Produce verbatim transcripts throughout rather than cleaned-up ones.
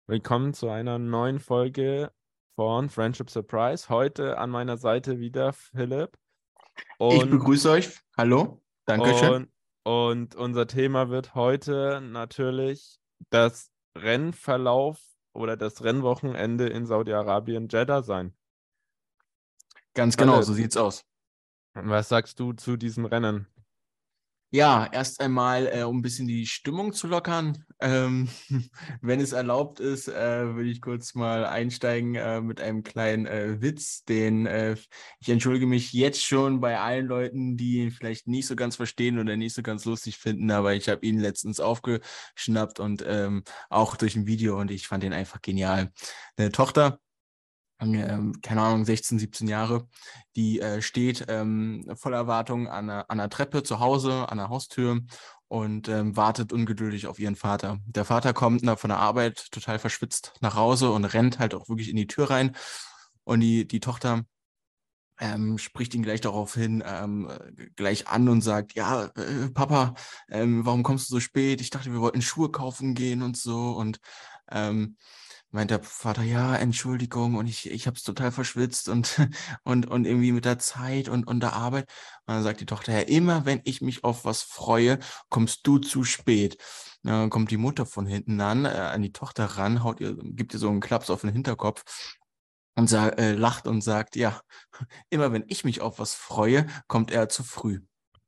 Willkommen zu einer neuen Folge von Friendship Surprise. Heute an meiner Seite wieder Philipp Ich und, begrüße euch. Hallo. Dankeschön. und, und unser Thema wird heute natürlich das Rennverlauf oder das Rennwochenende in Saudi-Arabien, Jeddah sein. Ganz genau, Philipp, so sieht's aus. was sagst du zu diesem Rennen? Ja, erst einmal, äh, um ein bisschen die Stimmung zu lockern. Ähm, wenn es erlaubt ist, äh, würde ich kurz mal einsteigen äh, mit einem kleinen äh, Witz, den äh, ich entschuldige mich jetzt schon bei allen Leuten, die ihn vielleicht nicht so ganz verstehen oder nicht so ganz lustig finden, aber ich habe ihn letztens aufgeschnappt und ähm, auch durch ein Video und ich fand ihn einfach genial. Eine Tochter. ähm, keine Ahnung, sechzehn, siebzehn Jahre, die äh, steht ähm, voller Erwartung an einer, an einer Treppe zu Hause, an der Haustür und ähm, wartet ungeduldig auf ihren Vater. Der Vater kommt na, von der Arbeit total verschwitzt nach Hause und rennt halt auch wirklich in die Tür rein. Und die, die Tochter ähm, spricht ihn gleich darauf hin, ähm, gleich an und sagt, ja, äh, Papa, ähm, warum kommst du so spät? Ich dachte, wir wollten Schuhe kaufen gehen und so. Und ähm, meint der Vater, ja, Entschuldigung, und ich, ich habe es total verschwitzt und, und, und irgendwie mit der Zeit und, und der Arbeit. Und dann sagt die Tochter, ja, immer wenn ich mich auf was freue, kommst du zu spät. Dann kommt die Mutter von hinten an, äh, an die Tochter ran, haut ihr, gibt ihr so einen Klaps auf den Hinterkopf und sag, äh, lacht und sagt, ja, immer wenn ich mich auf was freue, kommt er zu früh.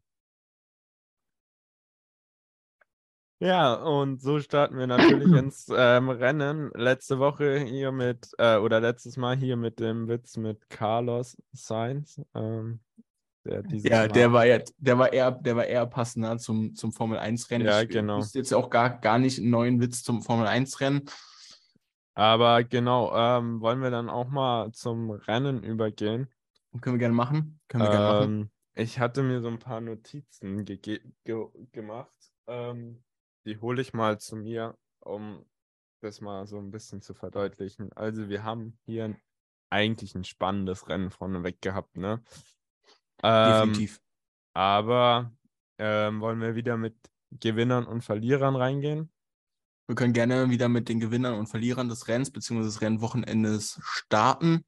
Ja, und so starten wir natürlich ins ähm, Rennen. Letzte Woche hier mit, äh, oder letztes Mal hier mit dem Witz mit Carlos Sainz, ähm, der dieses Ja, Mal. der war ja, der war eher, der war eher passender zum, zum Formel eins Rennen. Ja, Ich genau. wüsste jetzt auch gar, gar nicht einen neuen Witz zum Formel eins Rennen. Aber genau, ähm, wollen wir dann auch mal zum Rennen übergehen? Können wir gerne machen. Können wir gerne machen. Ähm, ich hatte mir so ein paar Notizen gege ge gemacht. Ähm, die hole ich mal zu mir, um das mal so ein bisschen zu verdeutlichen. Also wir haben hier eigentlich ein spannendes Rennen vorneweg gehabt, ne? Ähm, Definitiv. aber ähm, wollen wir wieder mit Gewinnern und Verlierern reingehen? Wir können gerne wieder mit den Gewinnern und Verlierern des Rennens bzw. des Rennwochenendes starten.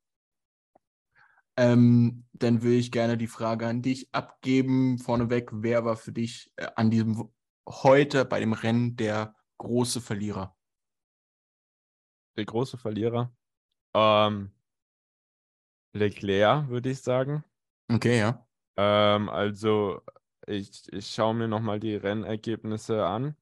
Ähm, dann würde ich gerne die Frage an dich abgeben. Vorneweg, wer war für dich äh, an diesem heute bei dem Rennen der große Verlierer? Der große Verlierer. Ähm, Leclerc, würde ich sagen. Okay, ja. Ähm, also ich, ich schaue mir nochmal die Rennergebnisse an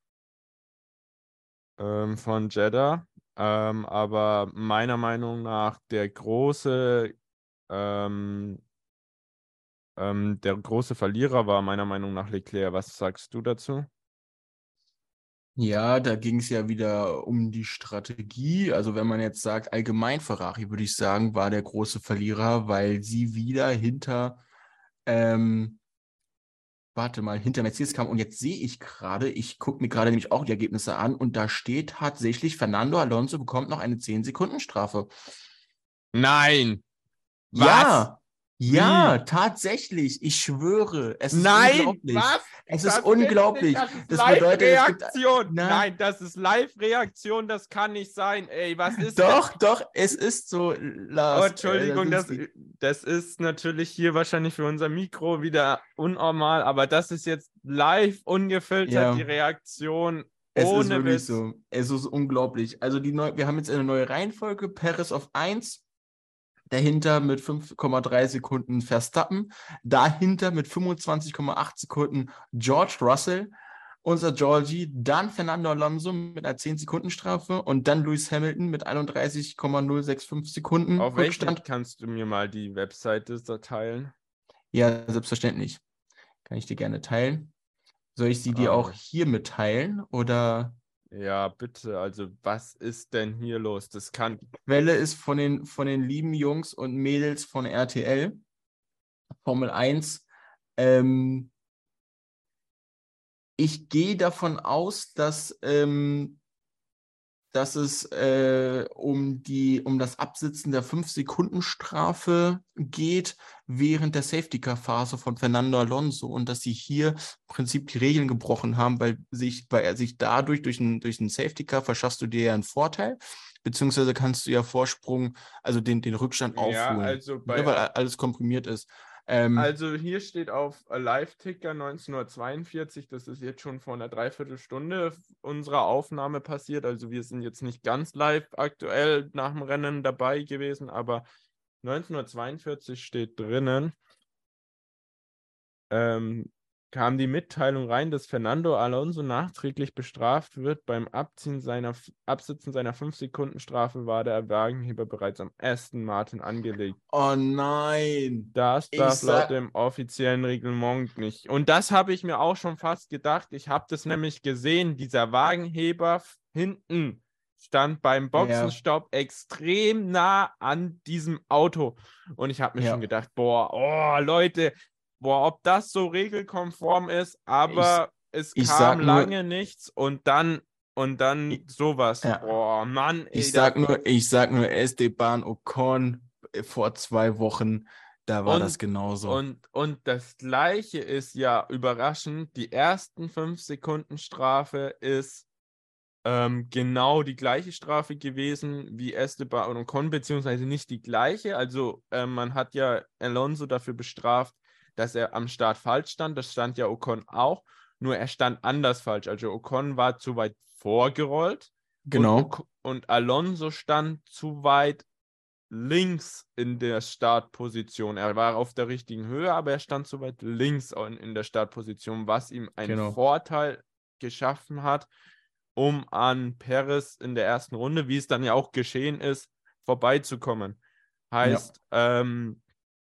ähm, von Jeddah. Ähm, aber meiner Meinung nach der große, ähm, ähm, der große Verlierer war meiner Meinung nach Leclerc. Was sagst du dazu? Ja, da ging es ja wieder um die Strategie. Also wenn man jetzt sagt, allgemein Ferrari, würde ich sagen, war der große Verlierer, weil sie wieder hinter, ähm, warte mal, hinter Mercedes kam. Und jetzt sehe ich gerade, ich gucke mir gerade nämlich auch die Ergebnisse an und da steht tatsächlich, Fernando Alonso bekommt noch eine zehn Sekunden Strafe. Nein! Was? Ja, Wie? ja, tatsächlich. Ich schwöre, es ist Nein! unglaublich. Was? Es ist Das gibt's nicht. unglaublich. Das ist Das bedeutet, es gibt, Live-Reaktion. na, Nein, das ist Live-Reaktion. Das kann nicht sein. Ey, was ist denn? doch, doch, es ist so, Oh, Lars, äh, Entschuldigung, das, Lasinski. das ist natürlich hier wahrscheinlich für unser Mikro wieder unnormal, aber das ist jetzt live ungefiltert die Ja, Reaktion es ist ohne wirklich Witz. so. Es ist unglaublich. Also die neu, wir haben jetzt eine neue Reihenfolge. Perez auf eins, dahinter mit fünf Komma drei Sekunden Verstappen, dahinter mit fünfundzwanzig Komma acht Sekunden George Russell, unser Georgie, dann Fernando Alonso mit einer zehn Sekunden Strafe und dann Lewis Hamilton mit einunddreißig Komma null sechs fünf Sekunden Auf welche Rückstand. kannst du mir mal die Webseite da teilen? Ja, selbstverständlich. Kann ich dir gerne teilen. Soll ich sie dir auch Ähm, hier mitteilen oder? ja, bitte, also was ist denn hier los? Das kann. Quelle ist von den, von den lieben Jungs und Mädels von R T L, Formel eins. Ähm, ich gehe davon aus, dass ähm, dass es äh, um, die, um das Absitzen der fünf Sekunden Strafe geht während der Safety-Car-Phase von Fernando Alonso und dass sie hier im Prinzip die Regeln gebrochen haben, weil sich, weil er sich dadurch, durch ein, durch ein Safety-Car verschaffst du dir ja einen Vorteil, beziehungsweise kannst du ja Vorsprung, also den, den Rückstand Ja, aufholen, also ne, bei weil alles komprimiert ist. Ähm, Also hier steht auf Live-Ticker neunzehnhundertzweiundvierzig, das ist jetzt schon vor einer Dreiviertelstunde unserer Aufnahme passiert. Also wir sind jetzt nicht ganz live aktuell nach dem Rennen dabei gewesen, aber neunzehnhundertzweiundvierzig steht drinnen, ähm, kam die Mitteilung rein, dass Fernando Alonso nachträglich bestraft wird. Beim Abziehen seiner, Absitzen seiner fünf Sekunden Strafe war der Wagenheber bereits am Aston Martin angelegt. oh nein, Das ich darf laut sag, dem offiziellen Reglement nicht. Und das habe ich mir auch schon fast gedacht. Ich habe das nämlich gesehen. Dieser Wagenheber f- hinten stand beim ja, Boxenstopp extrem nah an diesem Auto. Und ich habe mir schon ja, gedacht, boah, oh Leute, boah, ob das so regelkonform ist. ich, Aber es ich kam sag nur, lange nichts und dann und dann ich, sowas. ja. Boah, Mann, Ich ey, da sag nur, ich sag nur Esteban Ocon äh, vor zwei Wochen, da war das Und, genauso. und, und das Gleiche ist ja überraschend. Die ersten fünf Sekunden Strafe ist ähm, genau die gleiche Strafe gewesen wie Esteban Ocon, beziehungsweise nicht die gleiche. Also ähm, man hat ja Alonso dafür bestraft, dass er am Start falsch stand. Das stand ja Ocon auch, nur er stand anders falsch. Also Ocon war zu weit vorgerollt und, Genau, Oc- und Alonso stand zu weit links in der Startposition. Er war auf der richtigen Höhe, aber er stand so weit links in, in der Startposition, was ihm einen genau. Vorteil geschaffen hat, um an Perez in der ersten Runde, wie es dann ja auch geschehen ist, vorbeizukommen. Ja. Heißt, ähm,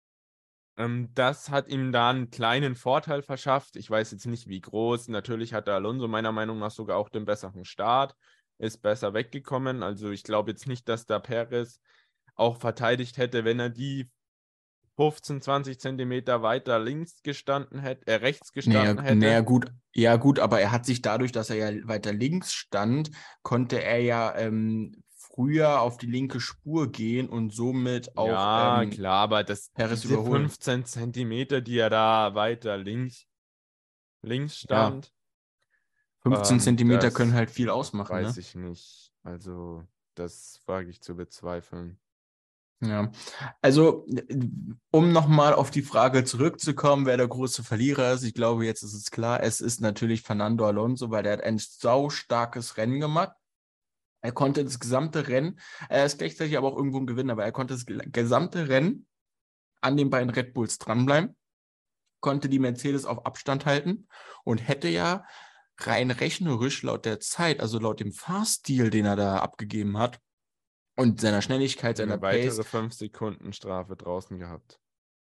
ähm, das hat ihm da einen kleinen Vorteil verschafft. Ich weiß jetzt nicht, wie groß. Natürlich hatte Alonso meiner Meinung nach sogar auch den besseren Start, ist besser weggekommen. Also ich glaube jetzt nicht, dass da Perez auch verteidigt hätte, wenn er die fünfzehn, zwanzig Zentimeter weiter links gestanden hätte, äh, rechts Naja, gestanden naja, hätte. gut, ja gut, aber er hat sich dadurch, dass er ja weiter links stand, konnte er ja ähm, früher auf die linke Spur gehen und somit auch Ja, ähm, klar, aber das, Perez diese überholen. fünfzehn Zentimeter, die er da weiter links, links Ja, stand, fünfzehn ähm, Zentimeter können das halt viel ausmachen, weiß ne? ich nicht. Also, das wage ich zu bezweifeln. Ja, also um nochmal auf die Frage zurückzukommen, wer der große Verlierer ist, ich glaube, jetzt ist es klar, es ist natürlich Fernando Alonso, weil der hat ein saustarkes Rennen gemacht. Er konnte das gesamte Rennen, er ist gleichzeitig aber auch irgendwo ein Gewinner, aber er konnte das gesamte Rennen an den beiden Red Bulls dranbleiben, konnte die Mercedes auf Abstand halten und hätte ja rein rechnerisch laut der Zeit, also laut dem Fahrstil, den er da abgegeben hat und seiner Schnelligkeit, seiner Eine Pace, weitere fünf Sekunden Strafe draußen gehabt.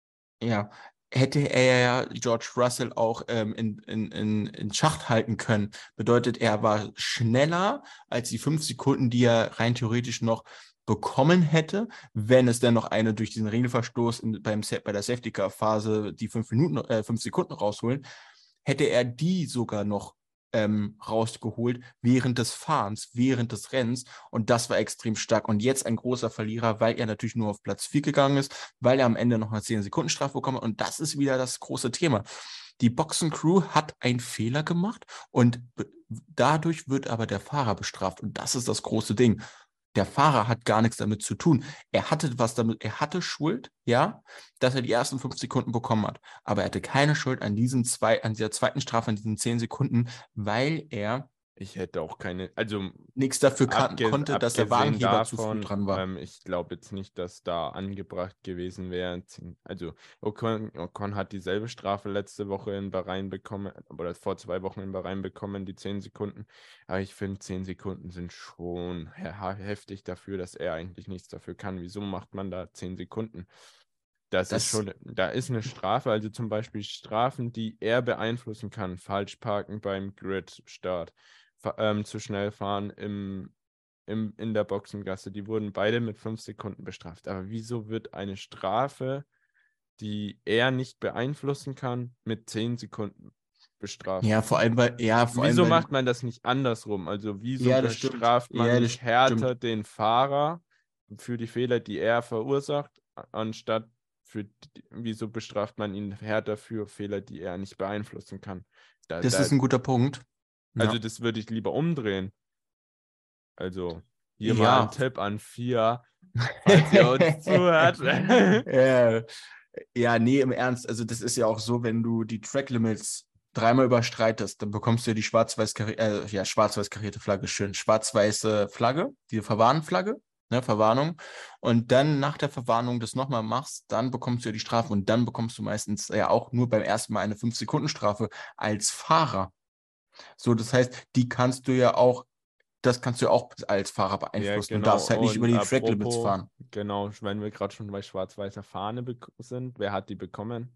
ja, hätte er ja George Russell auch ähm, in, in, in, in Schacht halten können. Bedeutet, er war schneller als die fünf Sekunden, die er rein theoretisch noch bekommen hätte, wenn es denn noch eine durch diesen Regelverstoß in, beim, Sa- bei der Safety-Car-Phase die fünf Minuten, äh, fünf Sekunden rausholen, hätte er die sogar noch ähm, rausgeholt während des Fahrens, während des Rennens. Und das war extrem stark. Und jetzt ein großer Verlierer, weil er natürlich nur auf Platz vier gegangen ist, weil er am Ende noch eine zehn Sekunden Strafe bekommen hat. Und das ist wieder das große Thema. Die Boxencrew hat einen Fehler gemacht und dadurch wird aber der Fahrer bestraft. Und das ist das große Ding. Der Fahrer hat gar nichts damit zu tun. Er hatte was damit, er hatte Schuld, ja, dass er die ersten fünf Sekunden bekommen hat. Aber er hatte keine Schuld an diesen zwei, an dieser zweiten Strafe, an diesen zehn Sekunden, weil er Ich hätte auch keine, also nichts dafür kann, abges konnte, dass der abgesehen Wagenheber zu früh davon, dran war. ähm, ich glaube jetzt nicht, dass da angebracht gewesen wäre. Also Ocon, Ocon hat dieselbe Strafe letzte Woche in Bahrain bekommen, oder vor zwei Wochen in Bahrain bekommen, die zehn Sekunden. Aber ich finde, zehn Sekunden sind schon he heftig dafür, dass er eigentlich nichts dafür kann. Wieso macht man da zehn Sekunden? Das ist Das, schon, da ist eine Strafe, also zum Beispiel Strafen, die er beeinflussen kann. Falsch parken beim Grid-Start, fa- ähm, zu schnell fahren im, im, in der Boxengasse. Die wurden beide mit fünf Sekunden bestraft. Aber wieso wird eine Strafe, die er nicht beeinflussen kann, mit zehn Sekunden? bestraft. Ja, vor allem, weil, ja, vor allem, Wieso weil, macht man das nicht andersrum? Also wieso ja, das stimmt. bestraft man Ja, das nicht härter stimmt. den Fahrer für die Fehler, die er verursacht, a- anstatt für die, wieso bestraft man ihn härter für Fehler, die er nicht beeinflussen kann? Da, Das da, ist ein guter Punkt. also Ja. das würde ich lieber umdrehen. Also hier mal ein Ja. Tipp an vier, falls ihr uns zuhört. Ja. Ja, nee, im Ernst. Also, das ist ja auch so, wenn du die Track Limits dreimal überstreitest, dann bekommst du ja die schwarz-weiß kari- äh, ja, schwarz-weiß karierte Flagge, schön. Schwarz-weiße Flagge, die Verwarnflagge, ne, Verwarnung. Und dann nach der Verwarnung das nochmal machst, dann bekommst du ja die Strafe und dann bekommst du meistens ja auch nur beim ersten Mal eine fünf-Sekunden-Strafe als Fahrer. So, das heißt, die kannst du ja auch, das kannst du ja auch als Fahrer Ja, beeinflussen und genau. darfst halt nicht über Und die Track Limits apropos, fahren. genau, wenn wir gerade schon bei schwarz-weißer Fahne bek- sind, wer hat die bekommen?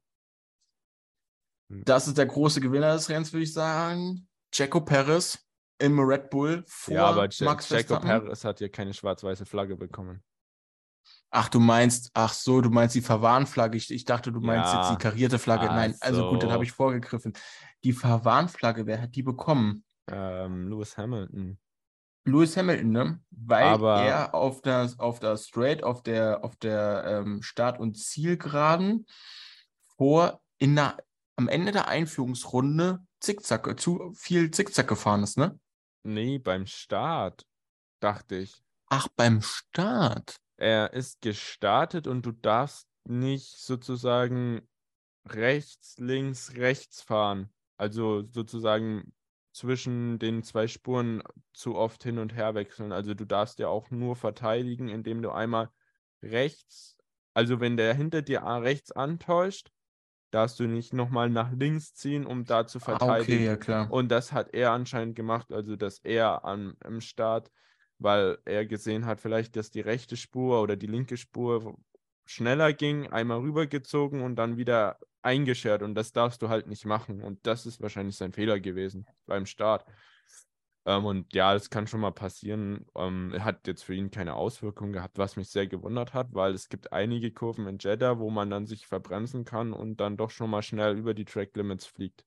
Hm. Das ist der große Gewinner des Rennens, würde ich sagen. Checo Perez im Red Bull Ja, aber vor Che- Max Checo Verstappen. Perez hat ja keine schwarz-weiße Flagge bekommen. Ach, du meinst, ach so, du meinst die Verwarnflagge. Ich, ich dachte, du meinst jetzt die Ja, karierte Flagge. ach Nein, also gut, dann habe so, ich vorgegriffen. Die Verwarnflagge, wer hat die bekommen? ähm, Lewis Hamilton. Lewis Hamilton, ne? Weil Aber er auf der, auf der Straight, auf der, auf der ähm, Start- und Zielgeraden vor in der, am Ende der Einführungsrunde Zickzack, zu viel Zickzack gefahren ist, ne? nee, beim Start, dachte ich. Ach, beim Start. Er ist gestartet und du darfst nicht sozusagen rechts, links, rechts fahren. Also sozusagen zwischen den zwei Spuren zu oft hin und her wechseln. Also du darfst ja auch nur verteidigen, indem du einmal rechts, also wenn der hinter dir a- rechts antäuscht, darfst du nicht nochmal nach links ziehen, um da zu Ah, okay, verteidigen. ja klar. Und das hat er anscheinend gemacht, also dass er am, im Start, weil er gesehen hat, vielleicht, dass die rechte Spur oder die linke Spur schneller ging, einmal rübergezogen und dann wieder eingeschert. Und das darfst du halt nicht machen. Und das ist wahrscheinlich sein Fehler gewesen beim Start. Ähm, und ja, das kann schon mal passieren. Ähm, er hat jetzt für ihn keine Auswirkungen gehabt, was mich sehr gewundert hat, weil es gibt einige Kurven in Jeddah, wo man dann sich verbremsen kann und dann doch schon mal schnell über die Track Limits fliegt.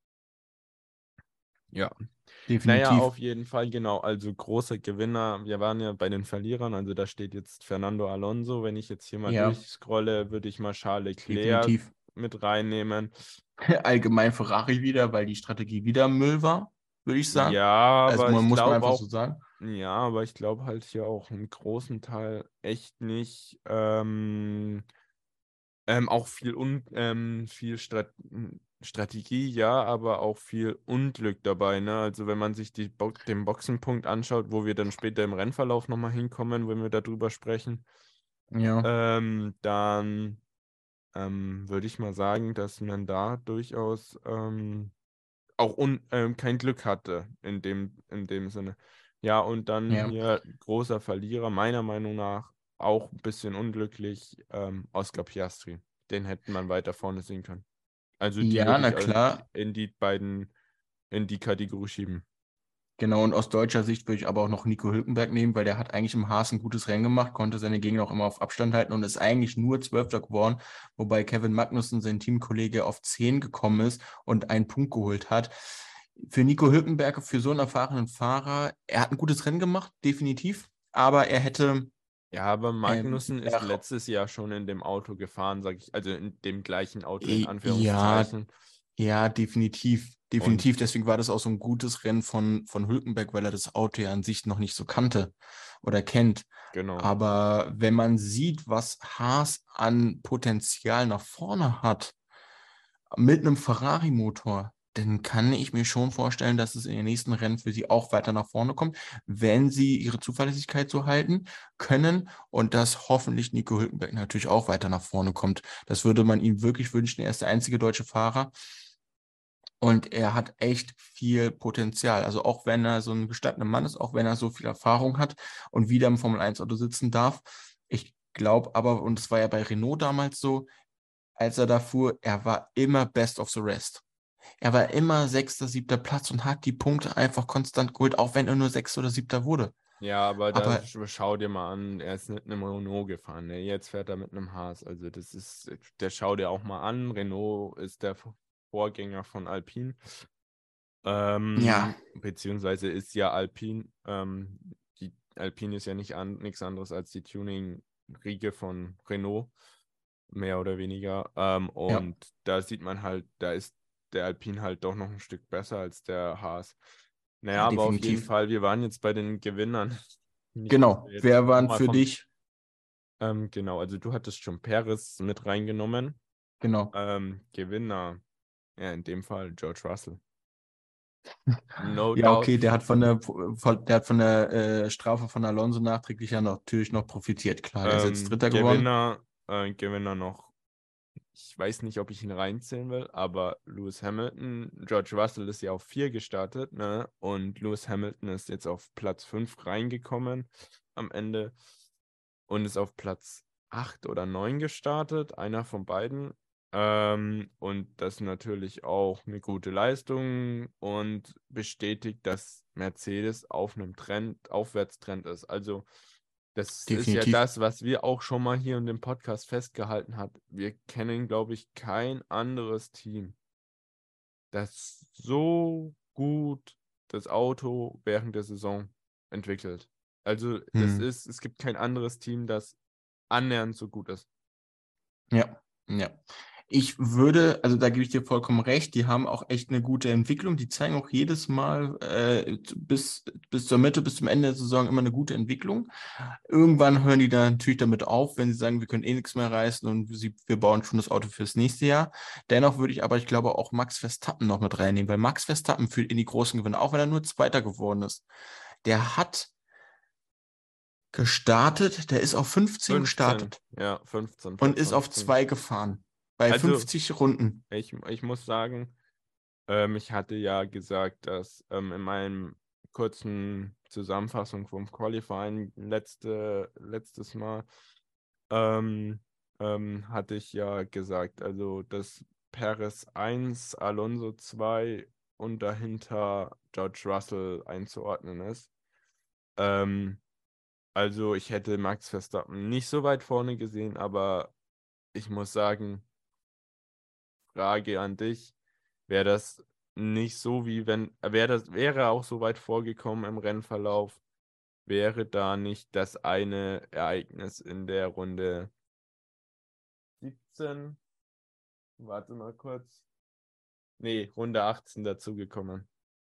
Ja. Naja, Definitiv. auf jeden Fall, genau. Also großer Gewinner. Wir waren ja bei den Verlierern. Also da steht jetzt Fernando Alonso. Wenn ich jetzt hier mal Ja, durchscrolle, würde ich mal Charles Leclerc definitiv. mit reinnehmen. Allgemein Ferrari wieder, weil die Strategie wieder Müll war, würde ich sagen. Ja, Also aber man ich muss man glaube einfach auch, so sagen. ja, aber ich glaube halt hier auch im großen Teil echt nicht. Ähm, ähm, auch viel, un ähm, viel Strat Strategie, ja, aber auch viel Unglück dabei, ne? Also wenn man sich die Bo den Boxenpunkt anschaut, wo wir dann später im Rennverlauf nochmal hinkommen, wenn wir darüber sprechen, Ja, ähm, dann ähm, würde ich mal sagen, dass man da durchaus ähm, auch un ähm, kein Glück hatte in dem, in dem Sinne. Ja, und dann ja. hier großer Verlierer, meiner Meinung nach, auch ein bisschen unglücklich, ähm, Oscar Piastri. Den hätte man weiter vorne sehen können. Also die Ja, würde na ich in, klar. in die beiden, in die Kategorie schieben. Genau, und aus deutscher Sicht würde ich aber auch noch Nico Hülkenberg nehmen, weil der hat eigentlich im Haas ein gutes Rennen gemacht, konnte seine Gegner auch immer auf Abstand halten und ist eigentlich nur Zwölfter geworden, wobei Kevin Magnussen, sein Teamkollege, auf zehn gekommen ist und einen Punkt geholt hat. Für Nico Hülkenberg, für so einen erfahrenen Fahrer, er hat ein gutes Rennen gemacht, definitiv, aber er hätte Ja, aber ähm, Magnussen ist er, letztes Jahr schon in dem Auto gefahren, sag ich, also in dem gleichen Auto in ja, Anführungszeichen. ja, definitiv. Und Definitiv. Deswegen war das auch so ein gutes Rennen von, von Hülkenberg, weil er das Auto ja an sich noch nicht so kannte oder kennt. genau. Aber wenn man sieht, was Haas an Potenzial nach vorne hat, mit einem Ferrari-Motor, dann kann ich mir schon vorstellen, dass es in den nächsten Rennen für sie auch weiter nach vorne kommt, wenn sie ihre Zuverlässigkeit so halten können und dass hoffentlich Nico Hülkenberg natürlich auch weiter nach vorne kommt. Das würde man ihm wirklich wünschen. Er ist der einzige deutsche Fahrer und er hat echt viel Potenzial. Also auch wenn er so ein gestandener Mann ist, auch wenn er so viel Erfahrung hat und wieder im Formel eins Auto sitzen darf. Ich glaube aber, und es war ja bei Renault damals so, als er da fuhr, er war immer best of the rest. Er war immer sechster, siebter Platz und hat die Punkte einfach konstant geholt, auch wenn er nur sechster oder siebter wurde. Ja, aber da Aber sch- schau dir mal an, er ist mit einem Renault gefahren, ne? Jetzt fährt er mit einem Haas. Also das ist, der schau dir auch mal an. Renault ist der Vorgänger von Alpine. Ähm, Ja, beziehungsweise ist ja Alpine, ähm, die Alpine ist ja nicht an, nichts anderes als die Tuning-Riege von Renault, mehr oder weniger. Ähm, ja, und da sieht man halt, da ist der Alpine halt doch noch ein Stück besser als der Haas. Naja, ja, aber auf jeden definitiv. Fall, wir waren jetzt bei den Gewinnern. Nicht, dass Genau. wir jetzt Wer waren nochmal für vom. dich? Ähm, genau, also du hattest schon Perez mit reingenommen. Genau. Ähm, Gewinner, ja, in dem Fall George Russell. No Ja, doubt. okay, der hat von der, von, der hat von der äh, Strafe von Alonso nachträglich ja natürlich noch profitiert. Klar, der ist jetzt Ähm, Dritter geworden. Gewinner, äh, Gewinner noch. Ich weiß nicht, ob ich ihn reinzählen will, aber Lewis Hamilton, George Russell ist ja auf vier gestartet, ne? Und Lewis Hamilton ist jetzt auf Platz fünf reingekommen am Ende und ist auf Platz acht oder neun gestartet, einer von beiden. Ähm, und das natürlich auch eine gute Leistung und bestätigt, dass Mercedes auf einem Trend, Aufwärtstrend ist. Also das ist ja Definitiv. das, was wir auch schon mal hier in dem Podcast festgehalten haben. Wir kennen, glaube ich, kein anderes Team, das so gut das Auto während der Saison entwickelt. Also das Hm. ist, es gibt kein anderes Team, das annähernd so gut ist. Ja, ja. Ich würde, also da gebe ich dir vollkommen recht, die haben auch echt eine gute Entwicklung. Die zeigen auch jedes Mal äh, bis, bis zur Mitte, bis zum Ende der Saison immer eine gute Entwicklung. Irgendwann hören die dann natürlich damit auf, wenn sie sagen, wir können eh nichts mehr reißen und sie, wir bauen schon das Auto fürs nächste Jahr. Dennoch würde ich aber, ich glaube, auch Max Verstappen noch mit reinnehmen, weil Max Verstappen führt in die großen Gewinne, auch wenn er nur Zweiter geworden ist. Der hat gestartet, der ist auf fünfzehn fünfzehn, gestartet ja, fünfzehn, und Platz ist auf fünfzehn. zwei gefahren. Bei Also, fünfzig Runden. ich, ich muss sagen, ähm, ich hatte ja gesagt, dass ähm, in meinem kurzen Zusammenfassung vom Qualifying letzte, letztes Mal ähm, ähm, hatte ich ja gesagt, also dass Perez eins, Alonso zwei und dahinter George Russell einzuordnen ist. Ähm, also ich hätte Max Verstappen nicht so weit vorne gesehen, aber ich muss sagen, Frage an dich, wäre das nicht so wie wenn, wäre das, wäre auch so weit vorgekommen im Rennverlauf, wäre da nicht das eine Ereignis in der Runde siebzehn, warte mal kurz, nee, Runde achtzehn dazugekommen.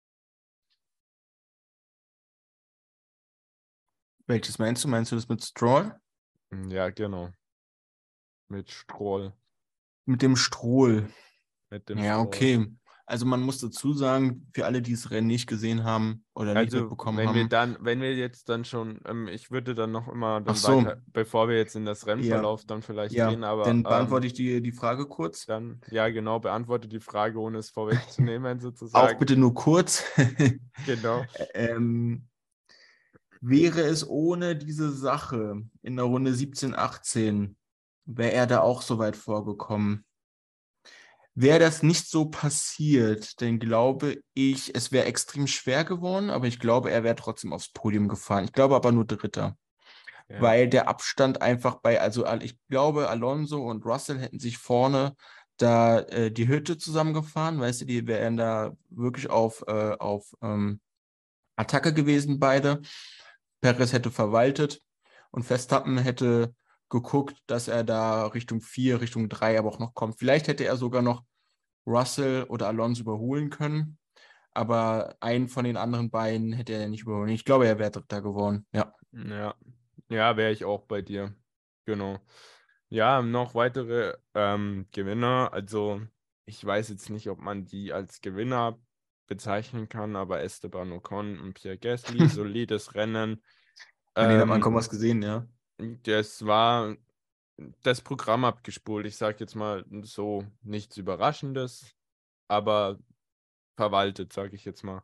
Welches meinst du? Meinst du das mit Stroll? Ja, genau, mit Stroll, Mit dem Strohl. mit dem Ja, Stroll. okay. Also man muss dazu sagen, für alle, die das Rennen nicht gesehen haben oder nicht Also, mitbekommen wenn wir haben. dann, wenn wir jetzt dann schon, ähm, ich würde dann noch immer Ach dann so, weiter, bevor wir jetzt in das ja, Rennverlauf dann vielleicht ja. gehen, aber Dann beantworte ähm, ich dir die Frage kurz. dann, ja, genau, beantworte die Frage, ohne es vorwegzunehmen, Auch sozusagen. bitte nur kurz. Genau. ähm, Wäre es ohne diese Sache in der Runde siebzehn, achtzehn, wäre er da auch so weit vorgekommen. Wäre das nicht so passiert, dann glaube ich, es wäre extrem schwer geworden, aber ich glaube, er wäre trotzdem aufs Podium gefahren. Ich glaube aber nur Dritter, Ja. weil der Abstand einfach bei, also ich glaube, Alonso und Russell hätten sich vorne da äh, die Hütte zusammengefahren, weißt du, die wären da wirklich auf, äh, auf ähm, Attacke gewesen, beide. Perez hätte verwaltet und Verstappen hätte geguckt, dass er da Richtung vier, Richtung drei aber auch noch kommt. Vielleicht hätte er sogar noch Russell oder Alonso überholen können, aber einen von den anderen beiden hätte er nicht überholen. Ich glaube, er wäre Dritter geworden. Ja. Ja, ja, wäre ich auch bei dir. Genau. Ja, noch weitere ähm, Gewinner. Also, ich weiß jetzt nicht, ob man die als Gewinner bezeichnen kann, aber Esteban Ocon und Pierre Gasly, solides Rennen. An den hat man kaum Ähm, was gesehen, ja. das war das Programm abgespult. Ich sage jetzt mal so nichts Überraschendes, aber verwaltet, sage ich jetzt mal.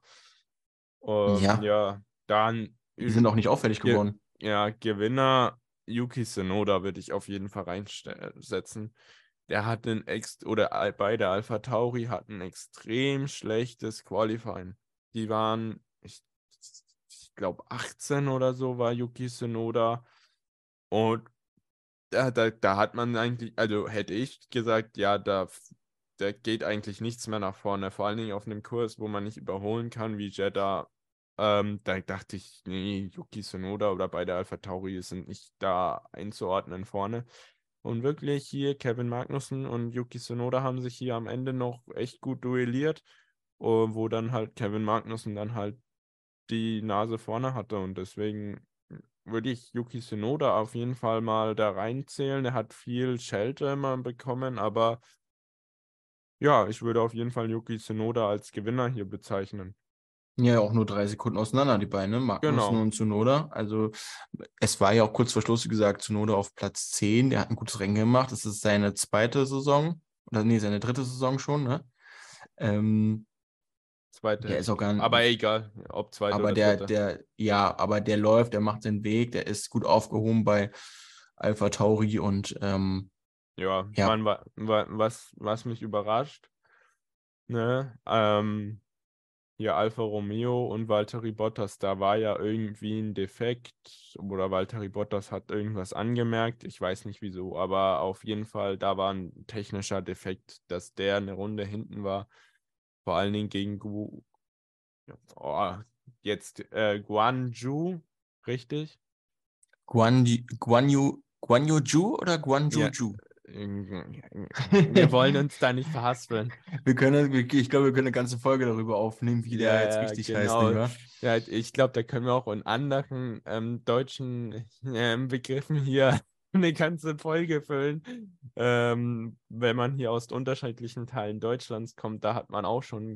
Ähm, Ja, ja, dann die sind auch nicht auffällig Ge geworden. ja, Gewinner Yuki Tsunoda würde ich auf jeden Fall reinsetzen. Der hat ein ex oder al- beide Alpha Tauri hatten ein extrem schlechtes Qualifying. Die waren, ich, ich glaube, achtzehn oder so war Yuki Tsunoda. Und da, da, da hat man eigentlich, also hätte ich gesagt, ja, da, da geht eigentlich nichts mehr nach vorne. Vor allen Dingen auf einem Kurs, wo man nicht überholen kann, wie Jeddah. Ähm, da dachte ich, nee, Yuki Tsunoda oder beide AlphaTauri sind nicht da einzuordnen vorne. Und wirklich hier Kevin Magnussen und Yuki Tsunoda haben sich hier am Ende noch echt gut duelliert, äh, wo dann halt Kevin Magnussen dann halt die Nase vorne hatte. Und deswegen würde ich Yuki Tsunoda auf jeden Fall mal da reinzählen. Er hat viel Schelte immer bekommen, aber ja, ich würde auf jeden Fall Yuki Tsunoda als Gewinner hier bezeichnen. Ja, auch nur drei Sekunden auseinander, die beiden, ne? Magnussen Genau. und Tsunoda. Also es war ja auch kurz vor Schluss, wie gesagt, Tsunoda auf Platz zehn. Der hat ein gutes Rennen gemacht. Das ist seine zweite Saison. Oder nee, seine dritte Saison schon, ne? Ähm, Zweite der hätte ist ich. auch gar Aber nicht. egal, ob zweite Aber oder der, dritte. der, ja, aber der läuft, der macht seinen Weg, der ist gut aufgehoben bei Alpha Tauri und ähm, Ja, ja, man wa wa was, was mich überrascht, ne? Ähm, hier Alfa Romeo und Valtteri Bottas, da war ja irgendwie ein Defekt oder Valtteri Bottas hat irgendwas angemerkt. Ich weiß nicht wieso, aber auf jeden Fall, da war ein technischer Defekt, dass der eine Runde hinten war. Vor allen Dingen gegen Gu oh, jetzt äh, Guanju, richtig? Guan, Guan Yu, Guan Yu Ju oder Guan Ju Ja, Ju? wir wollen uns da nicht verhaspeln. Wir können, ich glaube, wir können eine ganze Folge darüber aufnehmen, wie der jetzt Ja, ja, richtig heißt, nicht genau. wahr? Ja, ich glaube, da können wir auch in anderen ähm, deutschen ähm, Begriffen hier eine ganze Folge füllen. Ähm, wenn man hier aus unterschiedlichen Teilen Deutschlands kommt, da hat man auch schon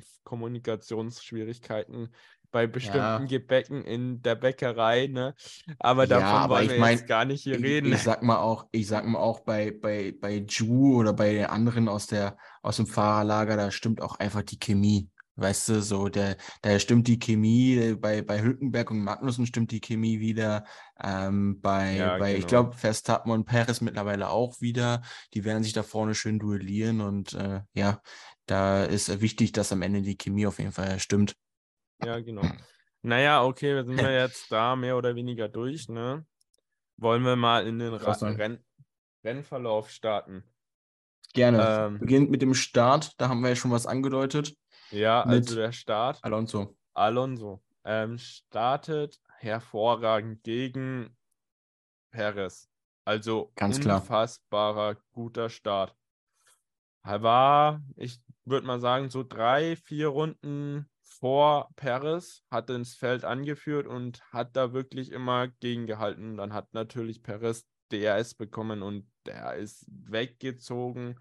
Kommunikationsschwierigkeiten bei bestimmten Ja, Gebäcken in der Bäckerei, ne? Aber ja, davon aber wollen ich wir jetzt meine, gar nicht hier ich, reden. ich sag mal auch, ich sag mal auch bei, bei, bei Ju oder bei den anderen aus der, aus dem Fahrerlager, da stimmt auch einfach die Chemie. Weißt du, so, der, da stimmt die Chemie, äh, bei, bei Hülkenberg und Magnussen stimmt die Chemie wieder. Ähm, bei, Ja, bei, ich genau. glaube, Verstappen und Perez mittlerweile auch wieder. Die werden sich da vorne schön duellieren und äh, ja, da ist äh, wichtig, dass am Ende die Chemie auf jeden Fall stimmt. Ja, genau. Naja, okay, wir sind wir jetzt da mehr oder weniger durch, ne? Wollen wir mal in den Ich auch Ra sagen. Renn Rennverlauf starten? Gerne. Ähm, Beginnt mit dem Start, da haben wir ja schon was angedeutet ja, also mit der Start. Alonso. Alonso ähm, startet hervorragend gegen Perez. Also Ganz klar. unfassbarer guter Start. Er war, ich würde mal sagen, so drei, vier Runden vor Perez, hat ins Feld angeführt und hat da wirklich immer gegengehalten. Dann hat natürlich Perez D R S bekommen und der ist weggezogen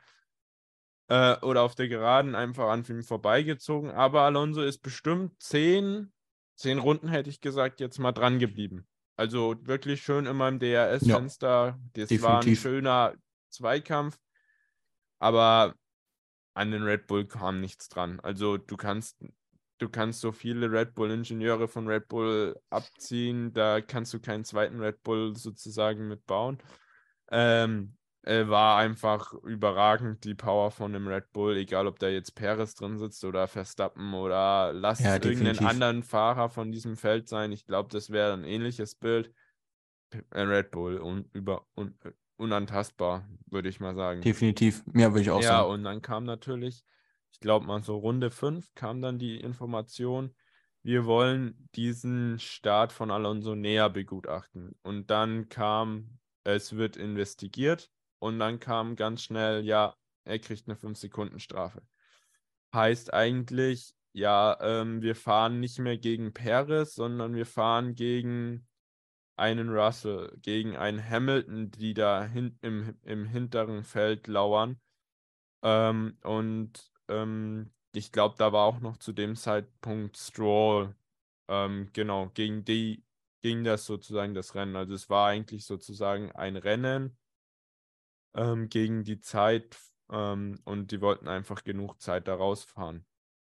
äh, oder auf der Geraden einfach an ihm vorbeigezogen. Aber Alonso ist bestimmt zehn, zehn Runden, hätte ich gesagt, jetzt mal dran geblieben. Also wirklich schön immer im Ja, D R S-Fenster. Das war ein definitiv. schöner Zweikampf, aber an den Red Bull kam nichts dran. Also du kannst, du kannst so viele Red Bull-Ingenieure von Red Bull abziehen, da kannst du keinen zweiten Red Bull sozusagen mitbauen. Ähm, äh, war einfach überragend die Power von dem Red Bull, egal ob da jetzt Perez drin sitzt oder Verstappen oder lass es Ja, irgendeinen definitiv. anderen Fahrer von diesem Feld sein. Ich glaube, das wäre ein ähnliches Bild. Äh, Red Bull un über un unantastbar, würde ich mal sagen. Definitiv. Ja, würde ich auch Ja, sagen. und dann kam natürlich, ich glaube mal so Runde fünf kam dann die Information, wir wollen diesen Start von Alonso näher begutachten. Und dann kam, es wird investigiert und dann kam ganz schnell, ja, er kriegt eine fünf Sekunden Strafe. Heißt eigentlich, ja, ähm, wir fahren nicht mehr gegen Perez, sondern wir fahren gegen einen Russell, gegen einen Hamilton, die da hin, im, im hinteren Feld lauern. Ähm, und ähm, ich glaube, da war auch noch zu dem Zeitpunkt Stroll. Ähm, genau, gegen die ging das sozusagen das Rennen. Also es war eigentlich sozusagen ein Rennen ähm, gegen die Zeit ähm, und die wollten einfach genug Zeit da rausfahren.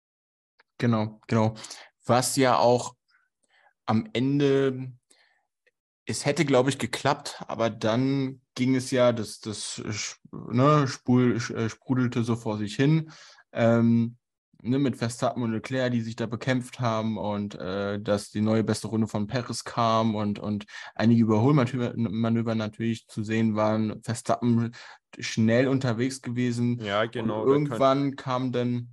Genau, genau. Was ja auch am Ende, es hätte, glaube ich, geklappt, aber dann ging es ja, das, das ne, spul, äh, sprudelte so vor sich hin. Ähm, ne, mit Verstappen und Leclerc, die sich da bekämpft haben und äh, dass die neue beste Runde von Perez kam und, und einige Überholmanöver natürlich zu sehen waren. Verstappen schnell unterwegs gewesen Ja, und genau, da könnt, irgendwann kam dann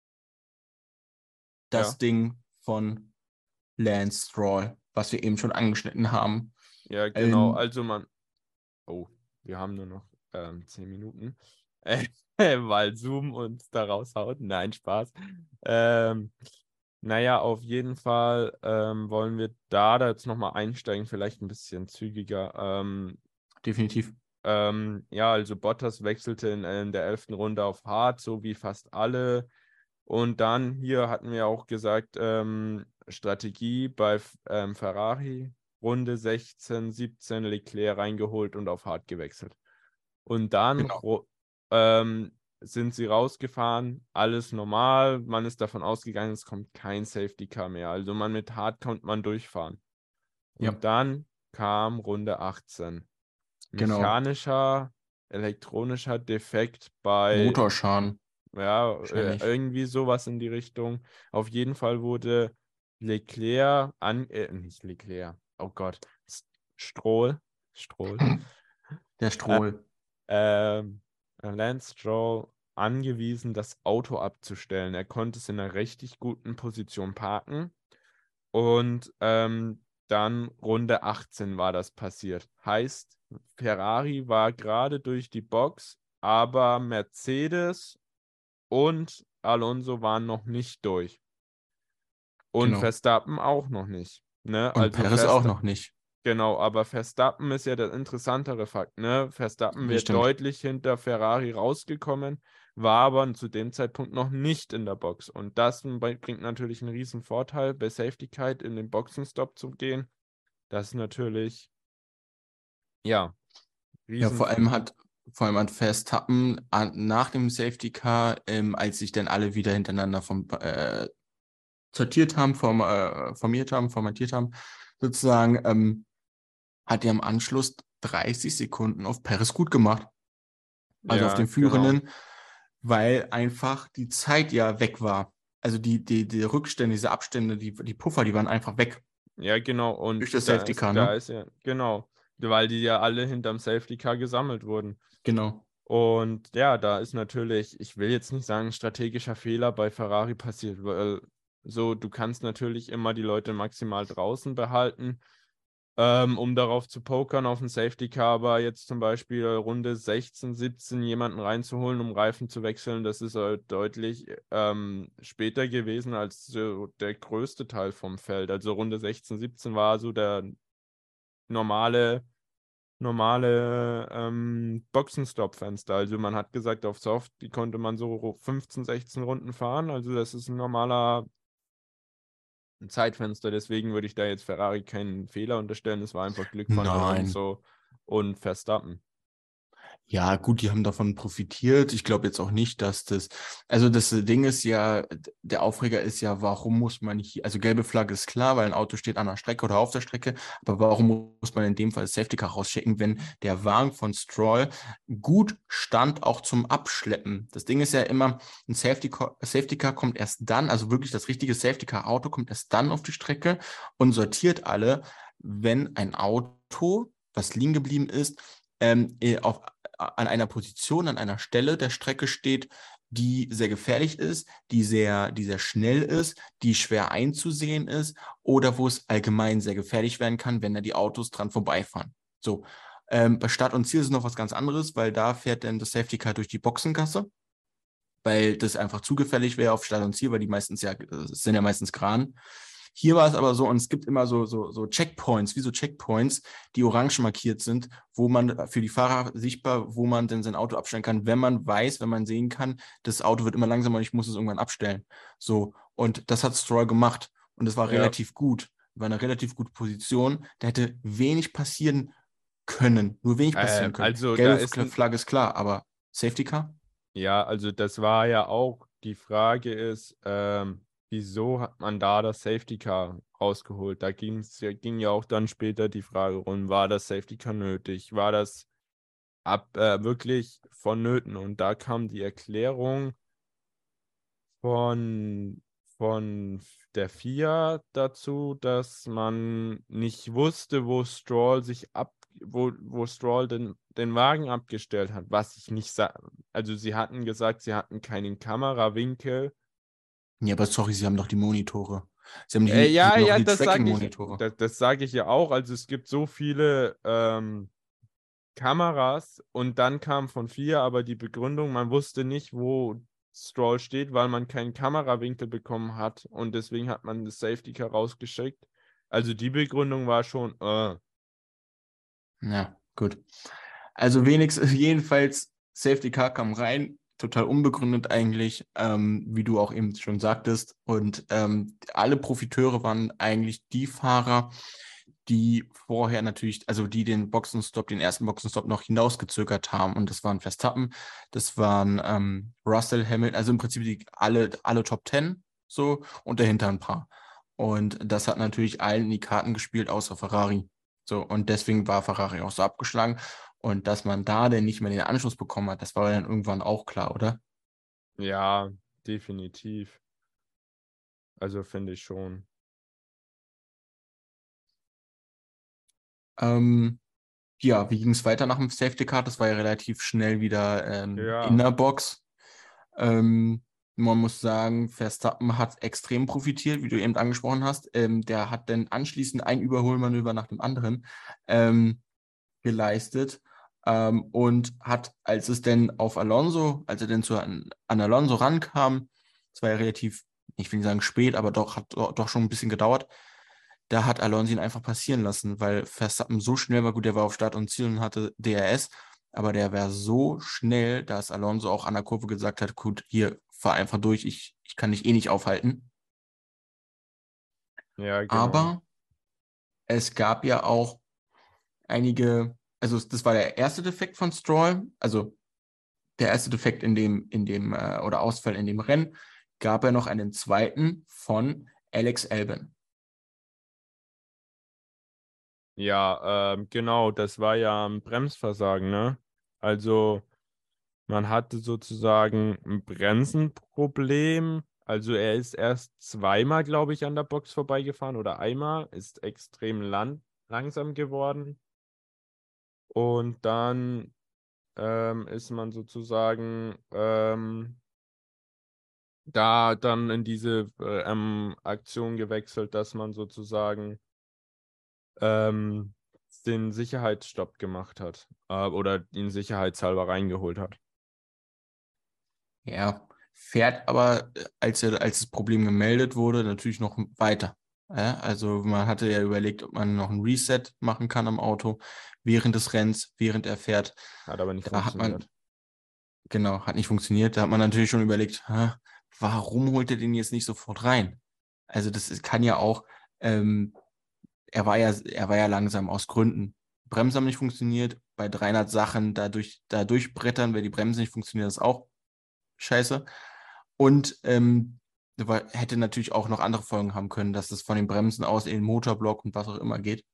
das ja, Ding von Lance Stroll, was wir eben schon angeschnitten haben. ja, genau. Ähm, Also man, oh, wir haben nur noch ähm, zehn Minuten, äh, weil Zoom uns da raushaut. Nein, Spaß. Ähm, naja, auf jeden Fall ähm, wollen wir da, da jetzt nochmal einsteigen, vielleicht ein bisschen zügiger. Ähm, definitiv. ähm, ja, also Bottas wechselte in, in der elften Runde auf Hard, so wie fast alle. Und dann hier hatten wir auch gesagt, ähm, Strategie bei ähm, Ferrari, Runde sechzehn, siebzehn Leclerc reingeholt und auf Hard gewechselt. Und dann Genau. ro- ähm, sind sie rausgefahren, alles normal. Man ist davon ausgegangen, es kommt kein Safety Car mehr. Also man mit Hard konnte man durchfahren. Ja, Und dann kam Runde achtzehn. genau. Mechanischer, elektronischer Defekt bei, Motorschaden, ja, äh, wahrscheinlich. irgendwie sowas in die Richtung. Auf jeden Fall wurde Leclerc an, äh, nicht Leclerc, oh Gott, S- Stroll, Stroll, Der äh, Stroll. ähm, Lance Stroll angewiesen, das Auto abzustellen. Er konnte es in einer richtig guten Position parken. Und ähm, dann Runde achtzehn war das passiert. Heißt, Ferrari war gerade durch die Box, aber Mercedes und Alonso waren noch nicht durch. Und Genau. Verstappen auch noch nicht. Ne? Und Also Perez auch Versta noch nicht. genau, aber Verstappen ist ja der interessantere Fakt. Ne? Verstappen Das wird stimmt. deutlich hinter Ferrari rausgekommen, war aber zu dem Zeitpunkt noch nicht in der Box. Und das bringt natürlich einen riesen Vorteil, bei Safety Car in den Boxenstopp zu gehen. Das ist natürlich, ja, Ja, riesen. vor allem hat, vor allem hat Verstappen an, nach dem Safety Car, ähm, als sich dann alle wieder hintereinander vom, äh, sortiert haben, form, äh, formiert haben, formatiert haben, sozusagen, ähm, hat er im Anschluss dreißig Sekunden auf Perez gut gemacht. Also auf Ja, den genau. Führenden, weil einfach die Zeit ja weg war. Also die, die, die Rückstände, diese Abstände, die, die Puffer, die waren einfach weg Ja, genau. Und durch das da Safety ist, Car, da ne? ist ja, genau. Weil die ja alle hinterm Safety Car gesammelt wurden. Genau. Und ja, da ist natürlich, ich will jetzt nicht sagen, ein strategischer Fehler bei Ferrari passiert, weil so, du kannst natürlich immer die Leute maximal draußen behalten, ähm, um darauf zu pokern auf den Safety Car, aber jetzt zum Beispiel Runde sechzehn, siebzehn jemanden reinzuholen, um Reifen zu wechseln, das ist äh, deutlich ähm, später gewesen als so der größte Teil vom Feld. Also Runde sechzehn, siebzehn war so der normale normale ähm, Boxenstopp-Fenster. Also man hat gesagt, auf Soft, die konnte man so fünfzehn, sechzehn Runden fahren. Also das ist ein normaler Zeitfenster. Deswegen würde ich da jetzt Ferrari keinen Fehler unterstellen. Es war einfach Glück von Nein. Alonso und Verstappen. Ja, gut, die haben davon profitiert. Ich glaube jetzt auch nicht, dass das, also das Ding ist ja, der Aufreger ist ja, warum muss man hier, also gelbe Flagge ist klar, weil ein Auto steht an der Strecke oder auf der Strecke, aber warum muss man in dem Fall das Safety Car rausschicken, wenn der Wagen von Stroll gut stand, auch zum Abschleppen? Das Ding ist ja immer, ein Safety Car, Safety Car kommt erst dann, also wirklich das richtige Safety Car Auto kommt erst dann auf die Strecke und sortiert alle, wenn ein Auto, was liegen geblieben ist, ähm, äh, auf an einer Position, an einer Stelle der Strecke steht, die sehr gefährlich ist, die sehr, die sehr schnell ist, die schwer einzusehen ist oder wo es allgemein sehr gefährlich werden kann, wenn da die Autos dran vorbeifahren. So, ähm, bei Start und Ziel ist es noch was ganz anderes, weil da fährt dann das Safety Car durch die Boxengasse, weil das einfach zu gefährlich wäre auf Start und Ziel, weil die meistens ja, das sind ja meistens Gran. Hier war es aber so, und es gibt immer so, so, so Checkpoints, wie so Checkpoints, die orange markiert sind, wo man für die Fahrer sichtbar, wo man denn sein Auto abstellen kann, wenn man weiß, wenn man sehen kann, das Auto wird immer langsamer und ich muss es irgendwann abstellen. So, und das hat Stroll gemacht und es war Ja, relativ gut, war eine relativ gute Position. Da hätte wenig passieren können, nur wenig passieren ähm, können. also da Gelbe ist ein, Flagge ist klar, aber Safety Car? ja, also das war ja auch, die Frage ist, ähm, wieso hat man da das Safety Car rausgeholt? Da ging's ja, ging ja auch dann später die Frage rum, war das Safety Car nötig? War das ab, äh, wirklich vonnöten? Und da kam die Erklärung von, von der F I A dazu, dass man nicht wusste, wo Stroll sich ab, wo, wo Stroll den, den Wagen abgestellt hat, was ich nicht sage. Also sie hatten gesagt, sie hatten keinen Kamerawinkel. Ja, aber sorry, sie haben doch die Monitore. Sie haben Äh, die, sie ja, haben doch ja, die das sage ich, Tracking-Monitore. das, das sage ich ja auch. Also es gibt so viele ähm, Kameras und dann kam von F I A aber die Begründung, man wusste nicht, wo Stroll steht, weil man keinen Kamerawinkel bekommen hat und deswegen hat man das Safety Car rausgeschickt. Also die Begründung war schon, äh, Ja, gut. Also wenigstens, jedenfalls, Safety Car kam rein, total unbegründet eigentlich, ähm, wie du auch eben schon sagtest. Und ähm, alle Profiteure waren eigentlich die Fahrer, die vorher natürlich, also die den Boxenstopp, den ersten Boxenstopp noch hinausgezögert haben. Und das waren Verstappen, das waren ähm, Russell, Hamilton, also im Prinzip die, alle, alle Top Ten so und dahinter ein paar. Und das hat natürlich allen in die Karten gespielt, außer Ferrari. So, und deswegen war Ferrari auch so abgeschlagen. Und dass man da denn nicht mehr den Anschluss bekommen hat, das war dann irgendwann auch klar, oder? ja, definitiv. Also finde ich schon. Ähm, ja, wie ging es weiter nach dem Safety Car? Das war ja relativ schnell wieder ähm, in Ja, der Box. Ähm, man muss sagen, Verstappen hat extrem profitiert, wie du eben angesprochen hast. Ähm, der hat dann anschließend ein Überholmanöver nach dem anderen ähm, geleistet ähm, und hat, als es denn auf Alonso, als er denn zu, an, an Alonso rankam, es war ja relativ, ich will nicht sagen spät, aber doch hat doch, doch schon ein bisschen gedauert, da hat Alonso ihn einfach passieren lassen, weil Verstappen so schnell war, gut, der war auf Start und Ziel und hatte D R S, aber der war so schnell, dass Alonso auch an der Kurve gesagt hat, gut, hier, fahr einfach durch, ich, ich kann dich eh nicht aufhalten. ja, genau. Aber es gab ja auch einige, also das war der erste Defekt von Stroll, also der erste Defekt in dem, in dem, äh, oder Ausfall in dem Rennen, gab er noch einen zweiten von Alex Albon. Ja, ähm, genau, das war ja ein Bremsversagen, ne? Also man hatte sozusagen ein Bremsenproblem. Also er ist erst zweimal, glaube ich, an der Box vorbeigefahren oder einmal, ist extrem lang langsam geworden. Und dann ähm, ist man sozusagen ähm, da dann in diese äh, ähm, Aktion gewechselt, dass man sozusagen ähm, den Sicherheitsstopp gemacht hat äh, oder ihn sicherheitshalber reingeholt hat. Ja, fährt aber, äh, als, er, als das Problem gemeldet wurde, natürlich noch weiter. Ja, also man hatte ja überlegt, ob man noch ein Reset machen kann am Auto während des Rennens, während er fährt. Hat aber nicht Da hat man, funktioniert. genau, hat nicht funktioniert. Da hat man natürlich schon überlegt, hä, warum holt er den jetzt nicht sofort rein? Also das ist, kann ja auch, ähm, er war ja, er war ja langsam aus Gründen. Bremsen haben nicht funktioniert, bei dreihundert Sachen dadurch, da durchbrettern, wenn die Bremsen nicht funktionieren, ist auch scheiße. Und ähm, war, hätte natürlich auch noch andere Folgen haben können, dass das von den Bremsen aus in den Motorblock und was auch immer geht.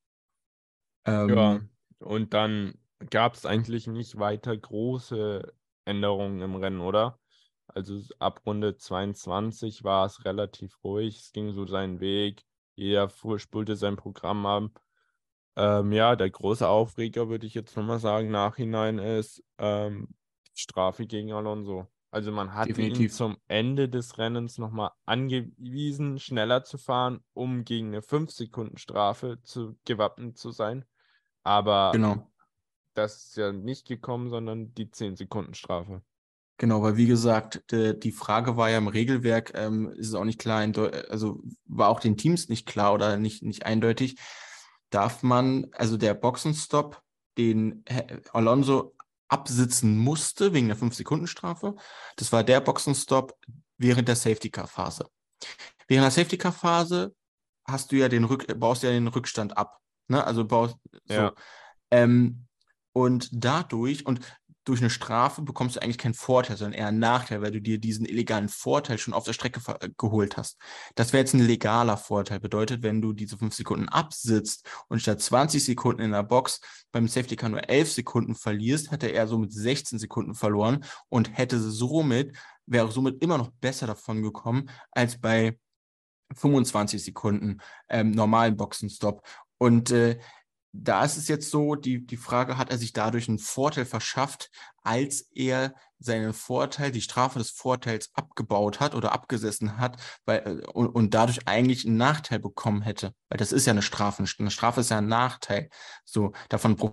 Ja, Ähm, und dann gab es eigentlich nicht weiter große Änderungen im Rennen, oder? Also ab Runde zweiundzwanzig war es relativ ruhig, es ging so seinen Weg, jeder fuhr, spulte sein Programm ab. Ähm, ja, der große Aufreger, würde ich jetzt nochmal sagen, nachhinein ist ähm, die Strafe gegen Alonso. Also man hatte ihn definitiv. zum Ende des Rennens nochmal angewiesen, schneller zu fahren, um gegen eine fünf Sekunden Strafe zu, gewappnet zu sein. Aber Genau. das ist ja nicht gekommen, sondern die zehn Sekunden Strafe. Genau, weil wie gesagt, de, die Frage war ja im Regelwerk, ähm, ist es auch nicht klar, also war auch den Teams nicht klar oder nicht, nicht eindeutig, darf man, also der Boxenstopp, den Alonso absitzen musste wegen der fünf-Sekunden-Strafe, das war der Boxenstopp während der Safety-Car-Phase. Während der Safety-Car-Phase hast du ja den Rück, baust ja den Rückstand ab. Ne? Also baust Ja, so. Ähm, und dadurch, und durch eine Strafe bekommst du eigentlich keinen Vorteil, sondern eher einen Nachteil, weil du dir diesen illegalen Vorteil schon auf der Strecke geholt hast. Das wäre jetzt ein legaler Vorteil. Bedeutet, wenn du diese fünf Sekunden absitzt und statt zwanzig Sekunden in der Box beim Safety Car nur elf Sekunden verlierst, hätte er somit sechzehn Sekunden verloren und hätte somit wäre somit immer noch besser davon gekommen als bei fünfundzwanzig Sekunden ähm, normalen Boxenstopp. Und äh, da ist es jetzt so, die, die Frage, hat er sich dadurch einen Vorteil verschafft, als er seinen Vorteil, die Strafe des Vorteils abgebaut hat oder abgesessen hat, weil, und, und dadurch eigentlich einen Nachteil bekommen hätte. Weil das ist ja eine Strafe. Eine Strafe ist ja ein Nachteil. So, davon pro-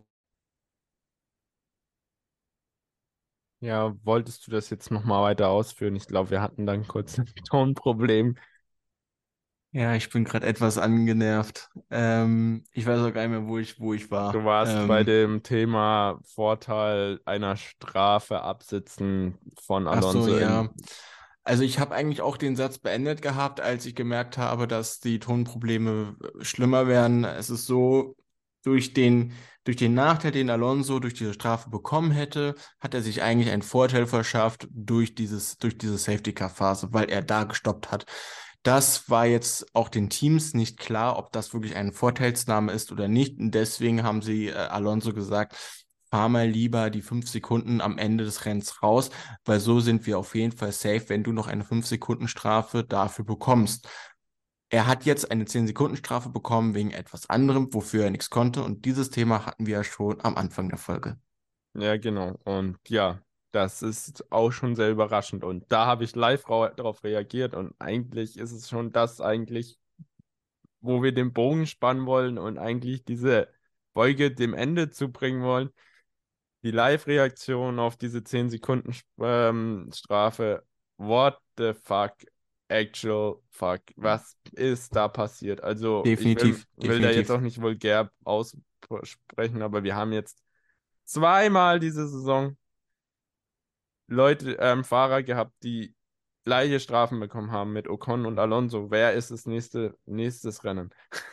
Ja, wolltest du das jetzt nochmal weiter ausführen? Ich glaube, wir hatten dann kurz ein Tonproblem. Ja, ich bin gerade etwas angenervt. Ähm, ich weiß auch gar nicht mehr, wo ich, wo ich Du war. warst bei Ähm, dem Thema Vorteil einer Strafe absitzen von ach so, Alonso in. ja. Also ich habe eigentlich auch den Satz beendet gehabt, als ich gemerkt habe, dass die Tonprobleme äh, schlimmer werden. Es ist so, durch den, durch den Nachteil, den Alonso durch diese Strafe bekommen hätte, hat er sich eigentlich einen Vorteil verschafft durch dieses, durch diese Safety-Car-Phase, weil er da gestoppt hat. Das war jetzt auch den Teams nicht klar, ob das wirklich ein Vorteilsnahme ist oder nicht. Und deswegen haben sie äh, Alonso gesagt, fahr mal lieber die fünf Sekunden am Ende des Rennens raus, weil so sind wir auf jeden Fall safe, wenn du noch eine fünf Sekunden Strafe dafür bekommst. Er hat jetzt eine zehn Sekunden Strafe bekommen wegen etwas anderem, wofür er nichts konnte. Und dieses Thema hatten wir ja schon am Anfang der Folge. Ja, genau. Und ja, das ist auch schon sehr überraschend. Und da habe ich live rau- darauf reagiert. Und eigentlich ist es schon das eigentlich, wo wir den Bogen spannen wollen und eigentlich diese Folge dem Ende zu bringen wollen. Die Live-Reaktion auf diese zehn Sekunden ähm, Strafe. What the fuck? Actual fuck. Was ist da passiert? Also, ich will, Definitiv, will da jetzt definitiv. auch nicht vulgär aussprechen, aber wir haben jetzt zweimal diese Saison Leute, ähm, Fahrer gehabt, die gleiche Strafen bekommen haben mit Ocon und Alonso. Wer ist das nächste, nächstes Rennen?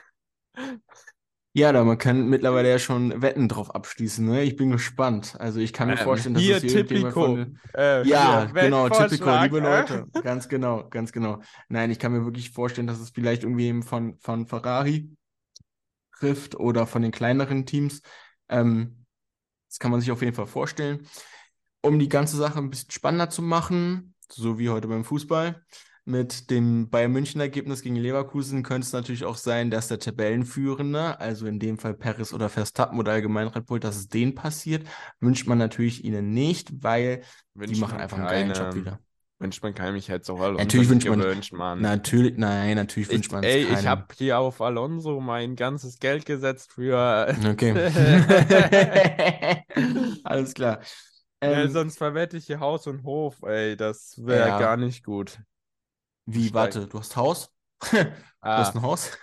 Ja, da man kann mittlerweile ja schon Wetten drauf abschließen, ne? Ich bin gespannt. Also ich kann mir Ähm, vorstellen, dass es hier irgendjemand von Tipico. den... Äh, Ja, hier, genau, Typico, Wettvorschlag. liebe Äh. Leute. Ganz genau, ganz genau. Nein, ich kann mir wirklich vorstellen, dass es vielleicht irgendwie von, von Ferrari trifft oder von den kleineren Teams. Ähm, Das kann man sich auf jeden Fall vorstellen. Um die ganze Sache ein bisschen spannender zu machen, so wie heute beim Fußball, mit dem Bayern München-Ergebnis gegen Leverkusen könnte es natürlich auch sein, dass der Tabellenführende, also in dem Fall Perez oder Verstappen oder allgemein Red Bull, dass es denen passiert, wünscht man natürlich ihnen nicht, weil die Wünscht machen man einfach einen geilen Job keinem. wieder. Wünscht man keinem. Ich hätte es auch Alonso Natürlich nicht wünscht man, gewünscht, Mann. natürlich, nein, natürlich Ich, wünscht man es ey, ich habe keinem. hier auf Alonso mein ganzes Geld gesetzt für. Okay. Alles klar. Ne, Ähm, sonst verwette ich hier Haus und Hof, ey. Das wäre gar ja, nicht gut. wie, Steig. warte, du hast Haus? Du hast Ah. ein Haus?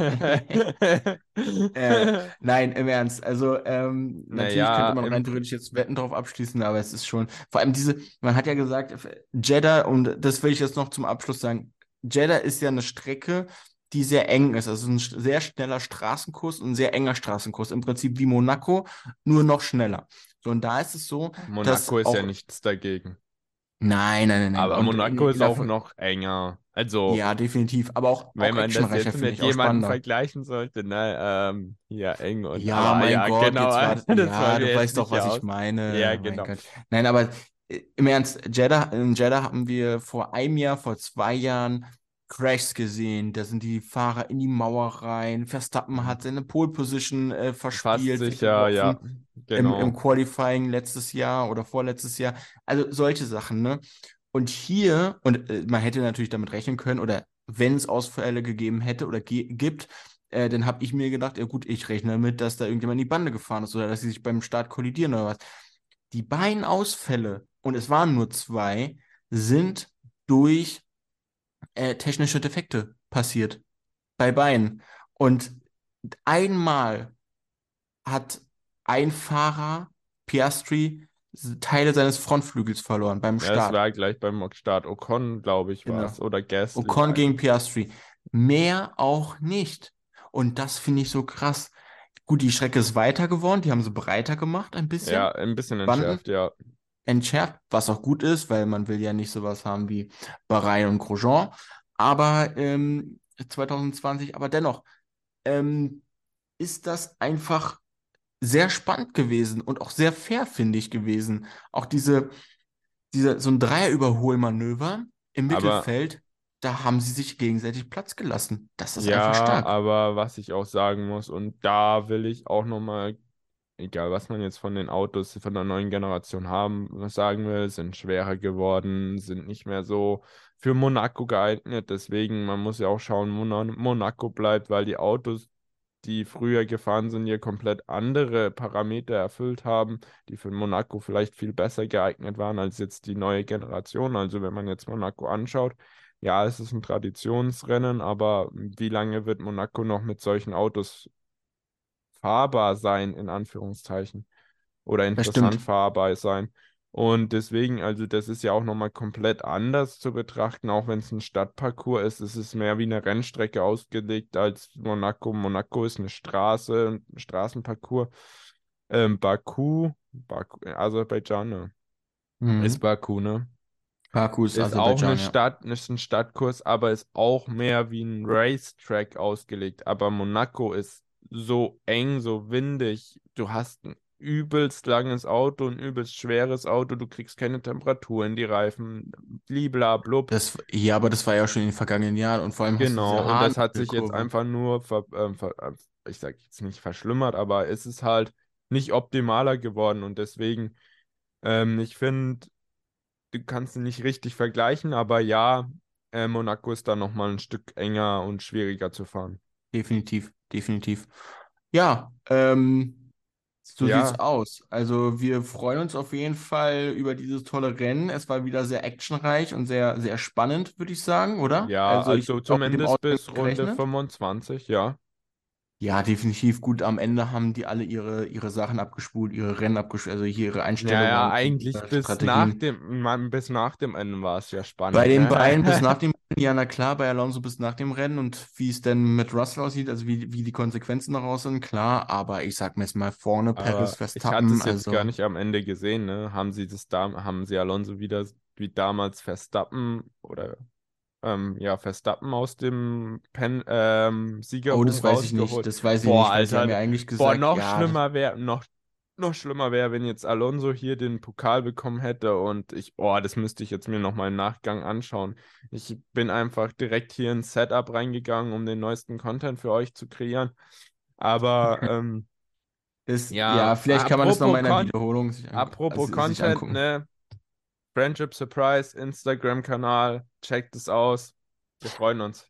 Äh, nein, im Ernst. Also, ähm, natürlich könnte Naja, man rein im, theoretisch jetzt Wetten drauf abschließen, aber es ist schon, vor allem diese, man hat ja gesagt, Jeddah, und das will ich jetzt noch zum Abschluss sagen, Jeddah ist ja eine Strecke, die sehr eng ist. Also ein sch- sehr schneller Straßenkurs und ein sehr enger Straßenkurs. Im Prinzip wie Monaco, nur noch schneller. So, und da ist es so, Monaco dass ist ja auch, nichts dagegen. nein, nein, nein, nein. Aber Und in, Monaco in ist der, auch noch enger. Also, ja, definitiv. Aber auch, wenn auch man das actionreicher, jetzt finde mit ich, auch jemandem spannender. vergleichen sollte, ne? Ähm, ja, eng und, Ja, aber mein ja, Gott, genau, jetzt war das, das wollen ja, wir du jetzt weißt doch, nicht was hier ich aus. Ja, meine, mein genau. Gott. Nein, aber äh, im Ernst, Jeddah, in Jeddah haben wir vor einem Jahr, vor zwei Jahren Crashs gesehen. Da sind die Fahrer in die Mauer rein. Verstappen hat seine Pole Position äh, Fast verspielt, sicher, ja, weggeworfen im, im genau. Qualifying letztes Jahr oder vorletztes Jahr. Also solche Sachen, ne? Und hier, und äh, man hätte natürlich damit rechnen können, oder wenn es Ausfälle gegeben hätte oder ge gibt, äh, dann habe ich mir gedacht, ja gut, ich rechne damit, dass da irgendjemand in die Bande gefahren ist oder dass sie sich beim Start kollidieren oder was. Die beiden Ausfälle, und es waren nur zwei, sind durch äh, technische Defekte passiert. Bei beiden. Und einmal hat ein Fahrer, Piastri, Teile seines Frontflügels verloren beim Ja, es Start. war gleich beim Start. Ocon, glaube ich, war Genau. es. Oder Gasly. Ocon gegen Piastri. Mehr auch nicht. Und das finde ich so krass. Gut, die Strecke ist weiter geworden, die haben sie breiter gemacht, ein Ja, bisschen. ein bisschen Banden entschärft, ja. entschärft, was auch gut ist, weil man will ja nicht sowas haben wie Bahrain und Grosjean. Aber ähm, zwanzig zwanzig, aber dennoch ähm, ist das einfach sehr spannend gewesen und auch sehr fair, finde ich, gewesen. Auch diese dieser, so ein Dreier-Überholmanöver im Aber Mittelfeld, da haben sie sich gegenseitig Platz gelassen. Das ist einfach ja, stark. aber was ich auch sagen muss, und da will ich auch nochmal, egal was man jetzt von den Autos von der neuen Generation haben, was sagen will, sind schwerer geworden, sind nicht mehr so für Monaco geeignet. Deswegen, man muss ja auch schauen, Mona Monaco bleibt, weil die Autos, die früher gefahren sind, hier komplett andere Parameter erfüllt haben, die für Monaco vielleicht viel besser geeignet waren als jetzt die neue Generation. Also wenn man jetzt Monaco anschaut, ja, es ist ein Traditionsrennen, aber wie lange wird Monaco noch mit solchen Autos fahrbar sein, in Anführungszeichen, oder Das interessant stimmt. fahrbar sein? Und deswegen, also das ist ja auch nochmal komplett anders zu betrachten, auch wenn es ein Stadtparcours ist. Es ist mehr wie eine Rennstrecke ausgelegt als Monaco. Monaco ist eine Straße, ein Straßenparcours. Ähm, Baku, Baku, Aserbaidschan, ne? Ist Mhm. Baku, ne? Baku ist Ist auch eine Aserbaidschan, ja. Stadt, ist ein Stadtkurs, aber ist auch mehr wie ein Racetrack ausgelegt. Aber Monaco ist so eng, so windig. Du hast ein übelst langes Auto, ein übelst schweres Auto. Du kriegst keine Temperatur in die Reifen. Blibla, blub. Das, ja, aber das war ja schon in den vergangenen Jahren und vor allem hast du diese Genau. Und das hat sich jetzt Hahnenkurve. einfach nur, ver, ähm, ver, äh, ich sag jetzt nicht verschlimmert, aber es ist halt nicht optimaler geworden. Und deswegen, ähm, ich finde, du kannst ihn nicht richtig vergleichen, aber ja, äh, Monaco ist da nochmal ein Stück enger und schwieriger zu fahren. Definitiv, definitiv. Ja, ähm, so sieht's Ja, aus. Also wir freuen uns auf jeden Fall über dieses tolle Rennen. Es war wieder sehr actionreich und sehr, sehr spannend, würde ich sagen, oder? ja, Also ich also habe auch mit dem zumindest Ausgang bis nicht Runde gerechnet. fünfundzwanzig, ja. Ja, definitiv gut. Am Ende haben die alle ihre, ihre Sachen abgespult, ihre Rennen abgespult, also hier ihre Ja, ja, Einstellungen und eigentlich ihre bis nach Strategien. dem, man, bis nach dem Ende war es ja Bei spannend, den ne? beiden bis nach dem Rennen, ja, na klar, bei Alonso bis nach dem Rennen und wie es denn mit Russell aussieht, also wie, wie die Konsequenzen daraus sind, klar, aber ich sag mir jetzt mal vorne Perez, Aber ich hatte Verstappen, es jetzt gar also, nicht am Ende gesehen, ne? Haben sie das da, haben sie Alonso wieder wie damals Verstappen oder ähm, ja, Verstappen aus dem Pen ähm, oh, Siegerruhm das weiß ich nicht, rausgeholt. das weiß ich Boah, nicht, weil sie haben Alter, ja eigentlich boah, gesagt, noch ja, das, schlimmer wäre, noch, noch schlimmer wäre, wenn jetzt Alonso hier den Pokal bekommen hätte und ich, boah, das müsste ich jetzt mir nochmal im Nachgang anschauen. Ich bin einfach direkt hier ins Setup reingegangen, um den neuesten Content für euch zu kreieren. Aber ähm, das, ja, ja, vielleicht kann man das apropos nochmal in der Con Wiederholung sich, an, apropos also, sich Content, angucken. ne? Friendship Surprise, Instagram-Kanal, checkt es aus. Wir freuen uns.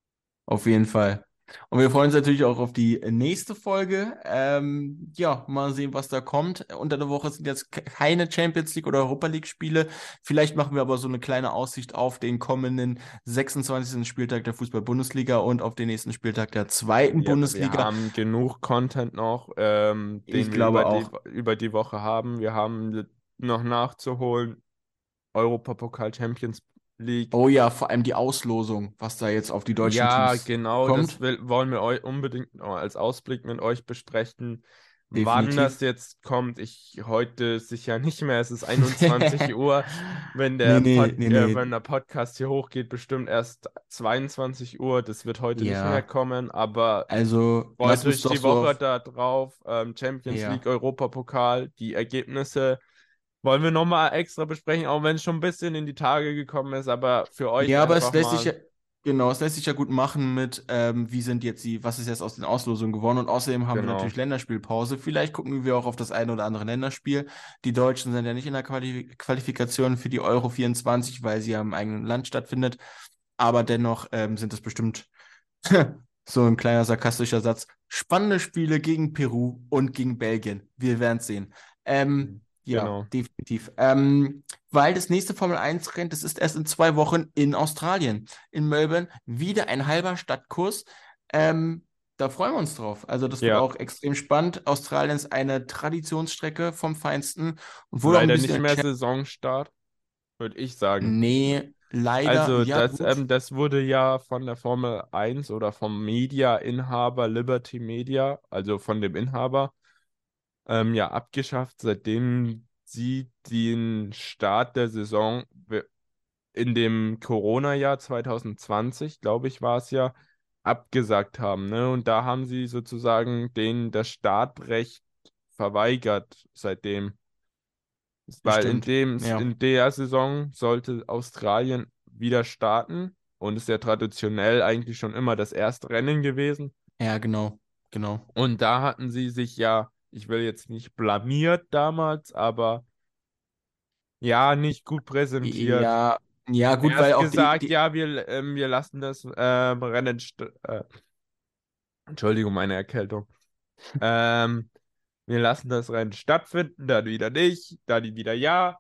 Auf jeden Fall. Und wir freuen uns natürlich auch auf die nächste Folge. Ähm, ja, mal sehen, was da kommt. Unter der Woche sind jetzt ke- keine Champions League oder Europa League Spiele. Vielleicht machen wir aber so eine kleine Aussicht auf den kommenden sechsundzwanzigsten Spieltag der Fußball-Bundesliga und auf den nächsten Spieltag der zweiten Wir, wir Bundesliga. haben genug Content noch, ähm, Ich den wir über glaube die, auch. über die Woche haben. Wir haben noch nachzuholen. Europapokal Champions League. Oh ja, vor allem die Auslosung, was da jetzt auf die deutschen Ja, Teams genau, das zukommt. will, wollen wir euch unbedingt noch als Ausblick mit euch besprechen. Wann das Definitiv. jetzt kommt, ich heute sicher nicht mehr. Es ist einundzwanzig Uhr. Wenn der Nee, Pod, nee, nee, äh, nee. wenn der Podcast hier hochgeht, bestimmt erst zweiundzwanzig Uhr. Das wird heute nicht mehr Ja, kommen, aber also lass freut uns euch doch die so Woche auf. da drauf. Ähm, Champions League, Ja. Europapokal, die Ergebnisse wollen wir nochmal extra besprechen, auch wenn es schon ein bisschen in die Tage gekommen ist, aber für euch Ja, aber es einfach lässt sich ja, mal, genau, es lässt sich ja gut machen mit, ähm, wie sind jetzt die, was ist jetzt aus den Auslosungen geworden? Und außerdem haben wir genau. natürlich Länderspielpause. Vielleicht gucken wir auch auf das eine oder andere Länderspiel. Die Deutschen sind ja nicht in der Quali Qualifikation für die Euro vierundzwanzig, weil sie ja im eigenen Land stattfindet. Aber dennoch ähm, sind das bestimmt so ein kleiner sarkastischer Satz. Spannende Spiele gegen Peru und gegen Belgien. Wir werden es sehen. Ähm, ja, Genau. definitiv. Ähm, weil das nächste Formel eins Rennen, das ist erst in zwei Wochen in Australien, in Melbourne. Wieder ein halber Stadtkurs. Ähm, da freuen wir uns drauf. Also das wird Ja, auch extrem spannend. Australien ist eine Traditionsstrecke vom Feinsten und wohl auch ein leider nicht bisschen. mehr Saisonstart, würde ich sagen. Nee, leider, Also ja das, gut. ähm, das wurde ja von der Formel eins oder vom Media-Inhaber Liberty Media, also von dem Inhaber, ähm, ja abgeschafft, seitdem sie den Start der Saison we- in dem Corona-Jahr zwanzig zwanzig, glaube ich, war es ja, abgesagt haben. Ne? Und da haben sie sozusagen denen das Startrecht verweigert seitdem. Weil in Bestimmt. dem, Ja. in der Saison sollte Australien wieder starten und ist ja traditionell eigentlich schon immer das erste Rennen gewesen. Ja, genau. Genau. Und da hatten sie sich ja, ich will jetzt nicht blamiert damals, aber ja, nicht gut präsentiert. Ja, ja, gut, weil Erst auch die, gesagt, die, ja, wir, ähm, wir lassen das ähm, Rennen, st- äh, Entschuldigung, meine Erkältung. Ähm, wir lassen das Rennen stattfinden, dann wieder nicht, dann wieder ja.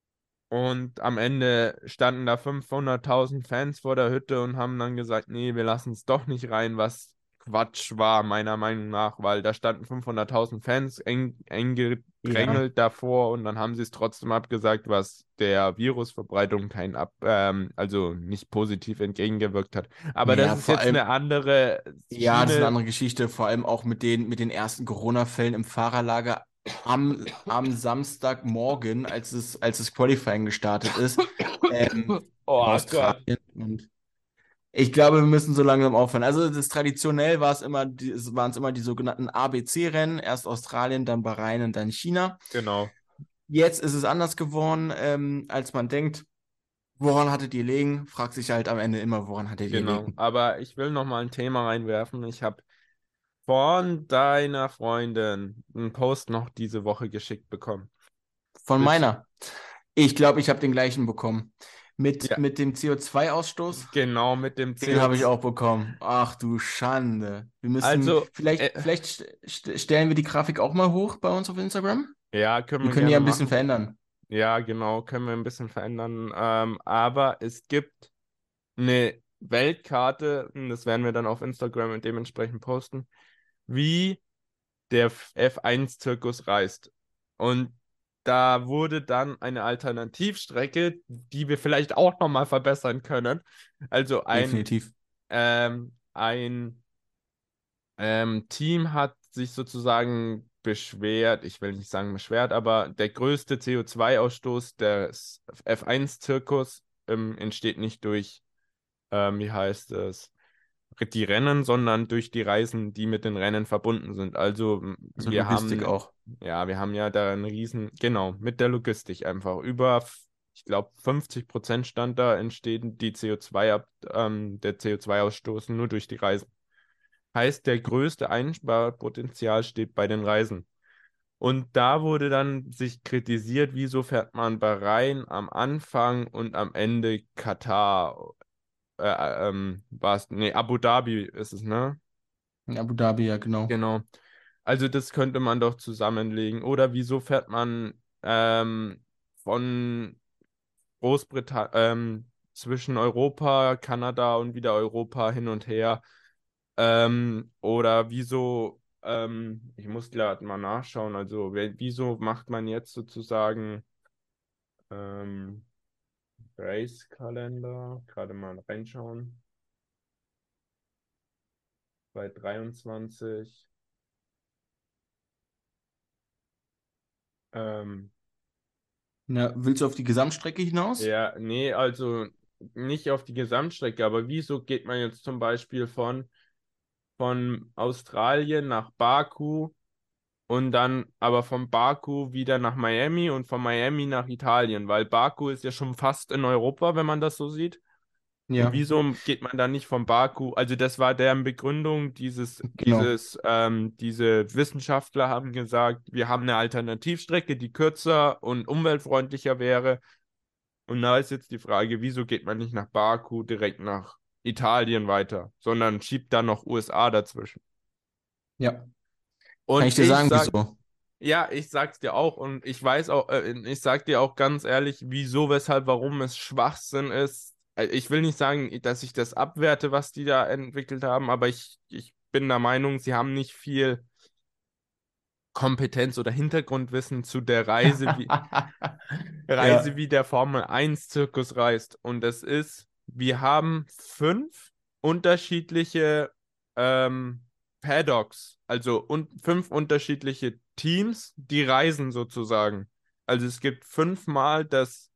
Und am Ende standen da fünfhunderttausend Fans vor der Hütte und haben dann gesagt, nee, wir lassen es doch nicht rein, was Quatsch war, meiner Meinung nach, weil da standen fünfhunderttausend Fans eng, eng ja, gedrängelt davor und dann haben sie es trotzdem abgesagt, was der Virusverbreitung kein Ab, ähm, also nicht positiv entgegengewirkt hat. Aber das ja, ist vor jetzt allem, eine andere ja, das ist eine Schiene. andere Geschichte, vor allem auch mit den, mit den ersten Corona-Fällen im Fahrerlager am, am Samstagmorgen, als es, als das Qualifying gestartet ist, ähm, in Oh Gott. Australien. Und ich glaube, wir müssen so langsam aufhören. Also das traditionell war es immer, die, es waren es immer die sogenannten A B C-Rennen, erst Australien, dann Bahrain und dann China. Genau. Jetzt ist es anders geworden, ähm, als man denkt. Woran hattet ihr gelegen? Fragt sich halt am Ende immer, woran hattet ihr Genau, gelegen? aber ich will noch mal ein Thema reinwerfen. Ich habe von deiner Freundin einen Post noch diese Woche geschickt bekommen. Von Bez meiner. Ich glaube, ich habe den gleichen bekommen. Mit, ja, mit dem C O zwei Ausstoß, genau mit dem den habe ich C O zwei. auch bekommen. Ach du Schande. Wir müssen, Also, vielleicht, äh, vielleicht st st stellen wir die Grafik auch mal hoch bei uns auf Instagram. ja, können Wir wir können die ja gerne ein bisschen machen. verändern. Ja, genau, können wir ein bisschen verändern. Ähm, aber es gibt eine Weltkarte, und das werden wir dann auf Instagram und dementsprechend posten, wie der F eins Zirkus reist. Und da wurde dann eine Alternativstrecke, die wir vielleicht auch nochmal verbessern können. Also ein, Definitiv. ähm, ein ähm, Team hat sich sozusagen beschwert, ich will nicht sagen beschwert, aber der größte C O zwei Ausstoß des F eins Zirkus ähm, entsteht nicht durch, ähm, wie heißt es? Die Rennen, sondern durch die Reisen, die mit den Rennen verbunden sind. Also m, Also wir Logistik haben, auch. ja, wir haben ja da einen riesen, genau, mit der Logistik einfach. Über, f- ich glaube, fünfzig Prozent stand da, entstehen die C O zwei ab, ähm, der C O zwei Ausstoß nur durch die Reisen. Heißt, der größte Einsparpotenzial steht bei den Reisen. Und da wurde dann sich kritisiert, wieso fährt man Bahrain am Anfang und am Ende Katar, äh, äh, ähm, was, nee, Abu Dhabi ist es, ne? In Abu Dhabi, ja, genau. Genau. Also das könnte man doch zusammenlegen. Oder wieso fährt man ähm, von Großbritannien ähm, zwischen Europa, Kanada und wieder Europa hin und her? Ähm, oder wieso, ähm, ich muss gerade mal nachschauen, also wer- wieso macht man jetzt sozusagen ähm, Race-Kalender? Gerade mal reinschauen. Bei dreiundzwanzig. Ähm, Na, willst du auf die Gesamtstrecke hinaus? Ja, nee, also nicht auf die Gesamtstrecke, aber wieso geht man jetzt zum Beispiel von, von Australien nach Baku und dann aber von Baku wieder nach Miami und von Miami nach Italien? Weil Baku ist ja schon fast in Europa, wenn man das so sieht. Und Ja, wieso geht man dann nicht von Baku? Also das war deren Begründung, dieses, genau. dieses, ähm, diese Wissenschaftler haben gesagt, wir haben eine Alternativstrecke, die kürzer und umweltfreundlicher wäre. Und da ist jetzt die Frage, wieso geht man nicht nach Baku direkt nach Italien weiter, sondern schiebt da noch U S A dazwischen? Ja. Kann ich Und dir ich sagen, sag, wieso? ja, ich sag's dir auch und ich weiß auch, äh, ich sag dir auch ganz ehrlich, wieso, weshalb, warum es Schwachsinn ist. Äh, Ich will nicht sagen, dass ich das abwerte, was die da entwickelt haben, aber ich, ich bin der Meinung, sie haben nicht viel Kompetenz oder Hintergrundwissen zu der Reise, wie, Reise Ja. wie der Formel eins Zirkus reist. Und das ist, wir haben fünf unterschiedliche ähm, Paddocks, also un fünf unterschiedliche Teams, die reisen sozusagen. Also es gibt fünfmal das,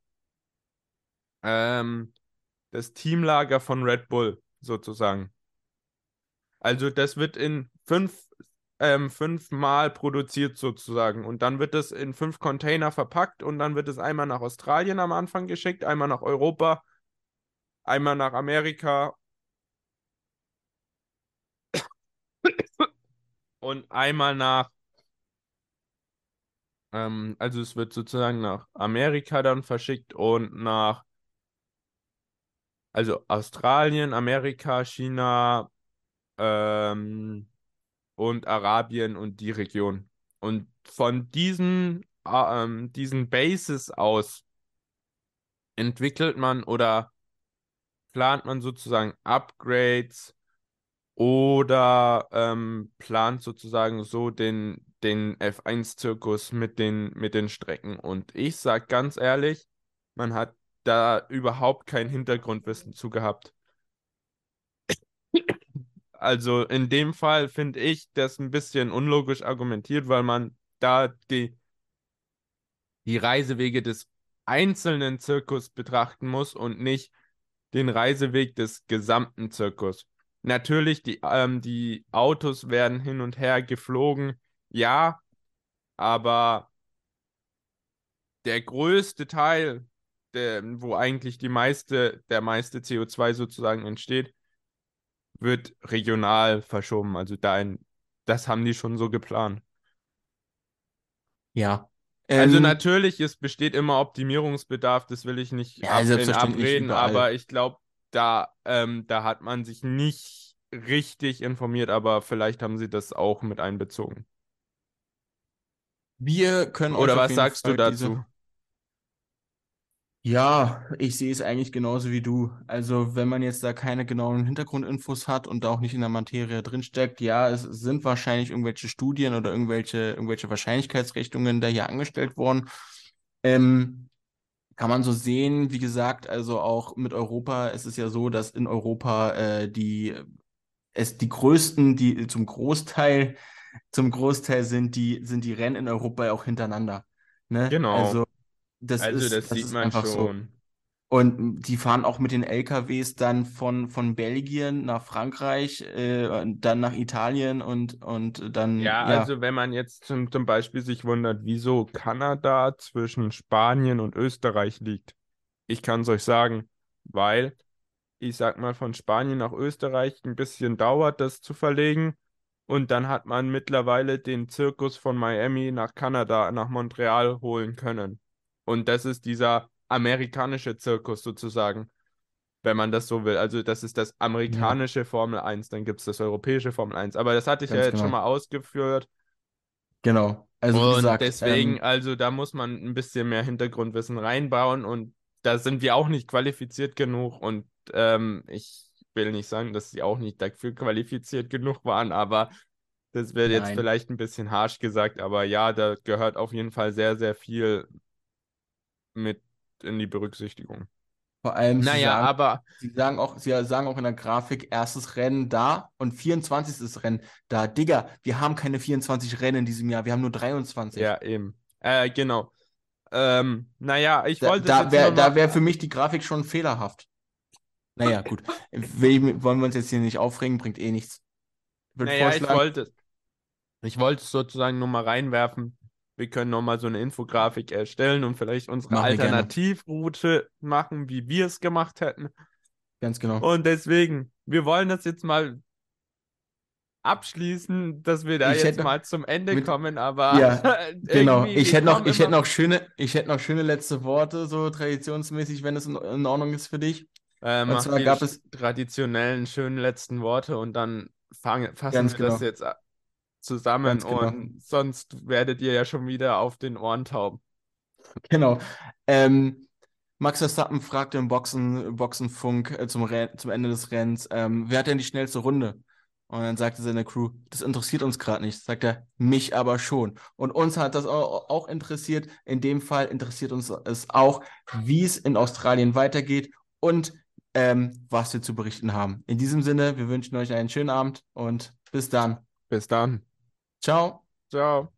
ähm, das Teamlager von Red Bull sozusagen. Also das wird in fünf ähm, fünfmal produziert sozusagen. Und dann wird es in fünf Container verpackt und dann wird es einmal nach Australien am Anfang geschickt, einmal nach Europa, einmal nach Amerika und einmal nach, ähm, also es wird sozusagen nach Amerika dann verschickt und nach, also Australien, Amerika, China, ähm, und Arabien und die Region. Und von diesen, äh, ähm, diesen Bases aus entwickelt man oder plant man sozusagen Upgrades oder ähm, plant sozusagen so den, den F eins Zirkus mit den, mit den Strecken. Und ich sag ganz ehrlich, man hat da überhaupt kein Hintergrundwissen zu gehabt. Also in dem Fall finde ich das ein bisschen unlogisch argumentiert, weil man da die, die Reisewege des einzelnen Zirkus betrachten muss und nicht den Reiseweg des gesamten Zirkus. Natürlich, die, ähm, die Autos werden hin und her geflogen, ja, aber der größte Teil, der, wo eigentlich die meiste, der meiste C O zwei sozusagen entsteht, wird regional verschoben. Also dahin, das haben die schon so geplant. Ja. Also Ähm, natürlich, es besteht immer Optimierungsbedarf, das will ich nicht ja, ab, in selbstverständlich abreden, aber überall. ich glaube, da, ähm, da hat man sich nicht richtig informiert, aber vielleicht haben sie das auch mit einbezogen. Wir können euch Oder auf was jeden sagst du Fall diese. dazu? Ja, ich sehe es eigentlich genauso wie du. Also, wenn man jetzt da keine genauen Hintergrundinfos hat und da auch nicht in der Materie drinsteckt, ja, es sind wahrscheinlich irgendwelche Studien oder irgendwelche, irgendwelche Wahrscheinlichkeitsrichtungen da hier angestellt worden. Ähm, Kann man so sehen, wie gesagt, also auch mit Europa, es ist ja so, dass in Europa äh, die es die größten, die zum Großteil, zum Großteil sind die, sind die Rennen in Europa ja auch hintereinander. Ne? Genau. Also das Also ist, das das sieht ist man einfach so. schon. Und die fahren auch mit den L K Ws dann von, von Belgien nach Frankreich, äh, dann nach Italien und, und dann, Ja, ja, also wenn man jetzt zum, zum Beispiel sich wundert, wieso Kanada zwischen Spanien und Österreich liegt. Ich kann es euch sagen, weil ich sag mal, von Spanien nach Österreich ein bisschen dauert, das zu verlegen. Und dann hat man mittlerweile den Zirkus von Miami nach Kanada, nach Montreal holen können. Und das ist dieser amerikanische Zirkus sozusagen, wenn man das so will. Also das ist das ja, amerikanische Formel eins, dann gibt es das europäische Formel eins. Aber das hatte ich ja ganz jetzt schon genau. mal ausgeführt. Genau. Also wie Und gesagt, deswegen, ähm, also da muss man ein bisschen mehr Hintergrundwissen reinbauen und da sind wir auch nicht qualifiziert genug und ähm, ich will nicht sagen, dass sie auch nicht dafür qualifiziert genug waren, aber das wird jetzt nein. vielleicht ein bisschen harsch gesagt, aber ja, da gehört auf jeden Fall sehr, sehr viel mit in die Berücksichtigung. Vor allem, sie Naja, sagen, aber sie sagen auch, sie sagen auch in der Grafik, erstes Rennen da und vierundzwanzigstes Rennen da. Digga, wir haben keine vierundzwanzig Rennen in diesem Jahr, wir haben nur dreiundzwanzig. ja, eben. Äh, genau. Ähm, naja, ich Da, wollte es da jetzt nur wäre da noch. wär für mich die Grafik schon fehlerhaft. Naja, gut. Will ich, wollen wir uns jetzt hier nicht aufregen, bringt eh nichts. Ich würde Naja, ich vorschlagen, wollte. Ich wollte es sozusagen nur mal reinwerfen. Wir können noch mal so eine Infografik erstellen und vielleicht unsere machen wir gerne. Alternativroute machen, wie wir es gemacht hätten. Ganz genau. Und deswegen, wir wollen das jetzt mal abschließen, dass wir da Ich jetzt hätte noch mal zum Ende mit, kommen, aber ja, genau. irgendwie, Ich wir hätte noch, kommen ich hätte immer. noch schöne, ich hätte noch schöne letzte Worte, so traditionsmäßig, wenn es in, in Ordnung ist für dich. Äh, Und mach zwar die gab sch- es, traditionellen schönen letzten Worte und dann fangen, fassen ganz wir das genau, jetzt a- zusammen ganz genau. und sonst werdet ihr ja schon wieder auf den Ohren taub. Genau. Ähm, Max Verstappen fragte im Boxen, Boxenfunk äh, zum, Ren- zum Ende des Rennens, ähm, wer hat denn die schnellste Runde? Und dann sagte seine Crew, das interessiert uns gerade nicht. Sagt er, mich aber schon. Und uns hat das au- auch interessiert. In dem Fall interessiert uns es auch, wie es in Australien weitergeht und ähm, was wir zu berichten haben. In diesem Sinne, wir wünschen euch einen schönen Abend und bis dann. Bis dann. Ciao. Ciao.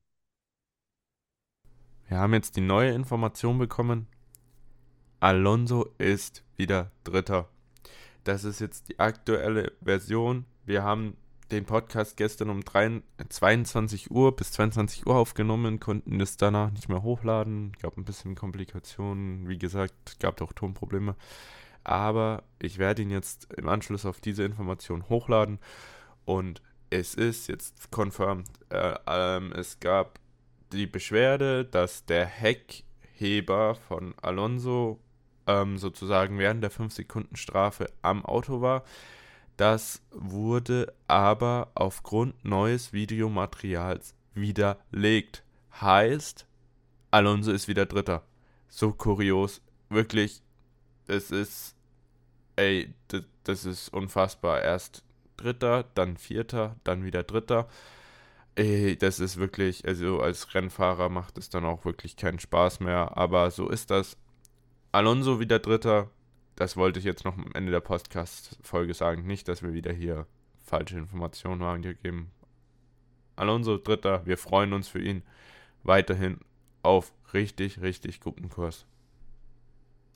Wir haben jetzt die neue Information bekommen. Alonso ist wieder Dritter. Das ist jetzt die aktuelle Version. Wir haben den Podcast gestern um zweiundzwanzig Uhr bis zweiundzwanzig Uhr aufgenommen, konnten es danach nicht mehr hochladen. Gab ein bisschen Komplikationen, wie gesagt, gab auch Tonprobleme. Aber ich werde ihn jetzt im Anschluss auf diese Information hochladen und es ist jetzt confirmed. Äh, ähm, es gab die Beschwerde, dass der Heckheber von Alonso ähm, sozusagen während der fünf Sekunden Strafe am Auto war. Das wurde aber aufgrund neues Videomaterials widerlegt. Heißt, Alonso ist wieder Dritter. So kurios. Wirklich, es ist, ey, das, das ist unfassbar. Erst Dritter, dann Vierter, dann wieder Dritter. Ey, das ist wirklich, also als Rennfahrer macht es dann auch wirklich keinen Spaß mehr. Aber so ist das. Alonso wieder Dritter. Das wollte ich jetzt noch am Ende der Podcast-Folge sagen. Nicht, dass wir wieder hier falsche Informationen angegeben. Alonso Dritter. Wir freuen uns für ihn weiterhin auf richtig, richtig guten Kurs.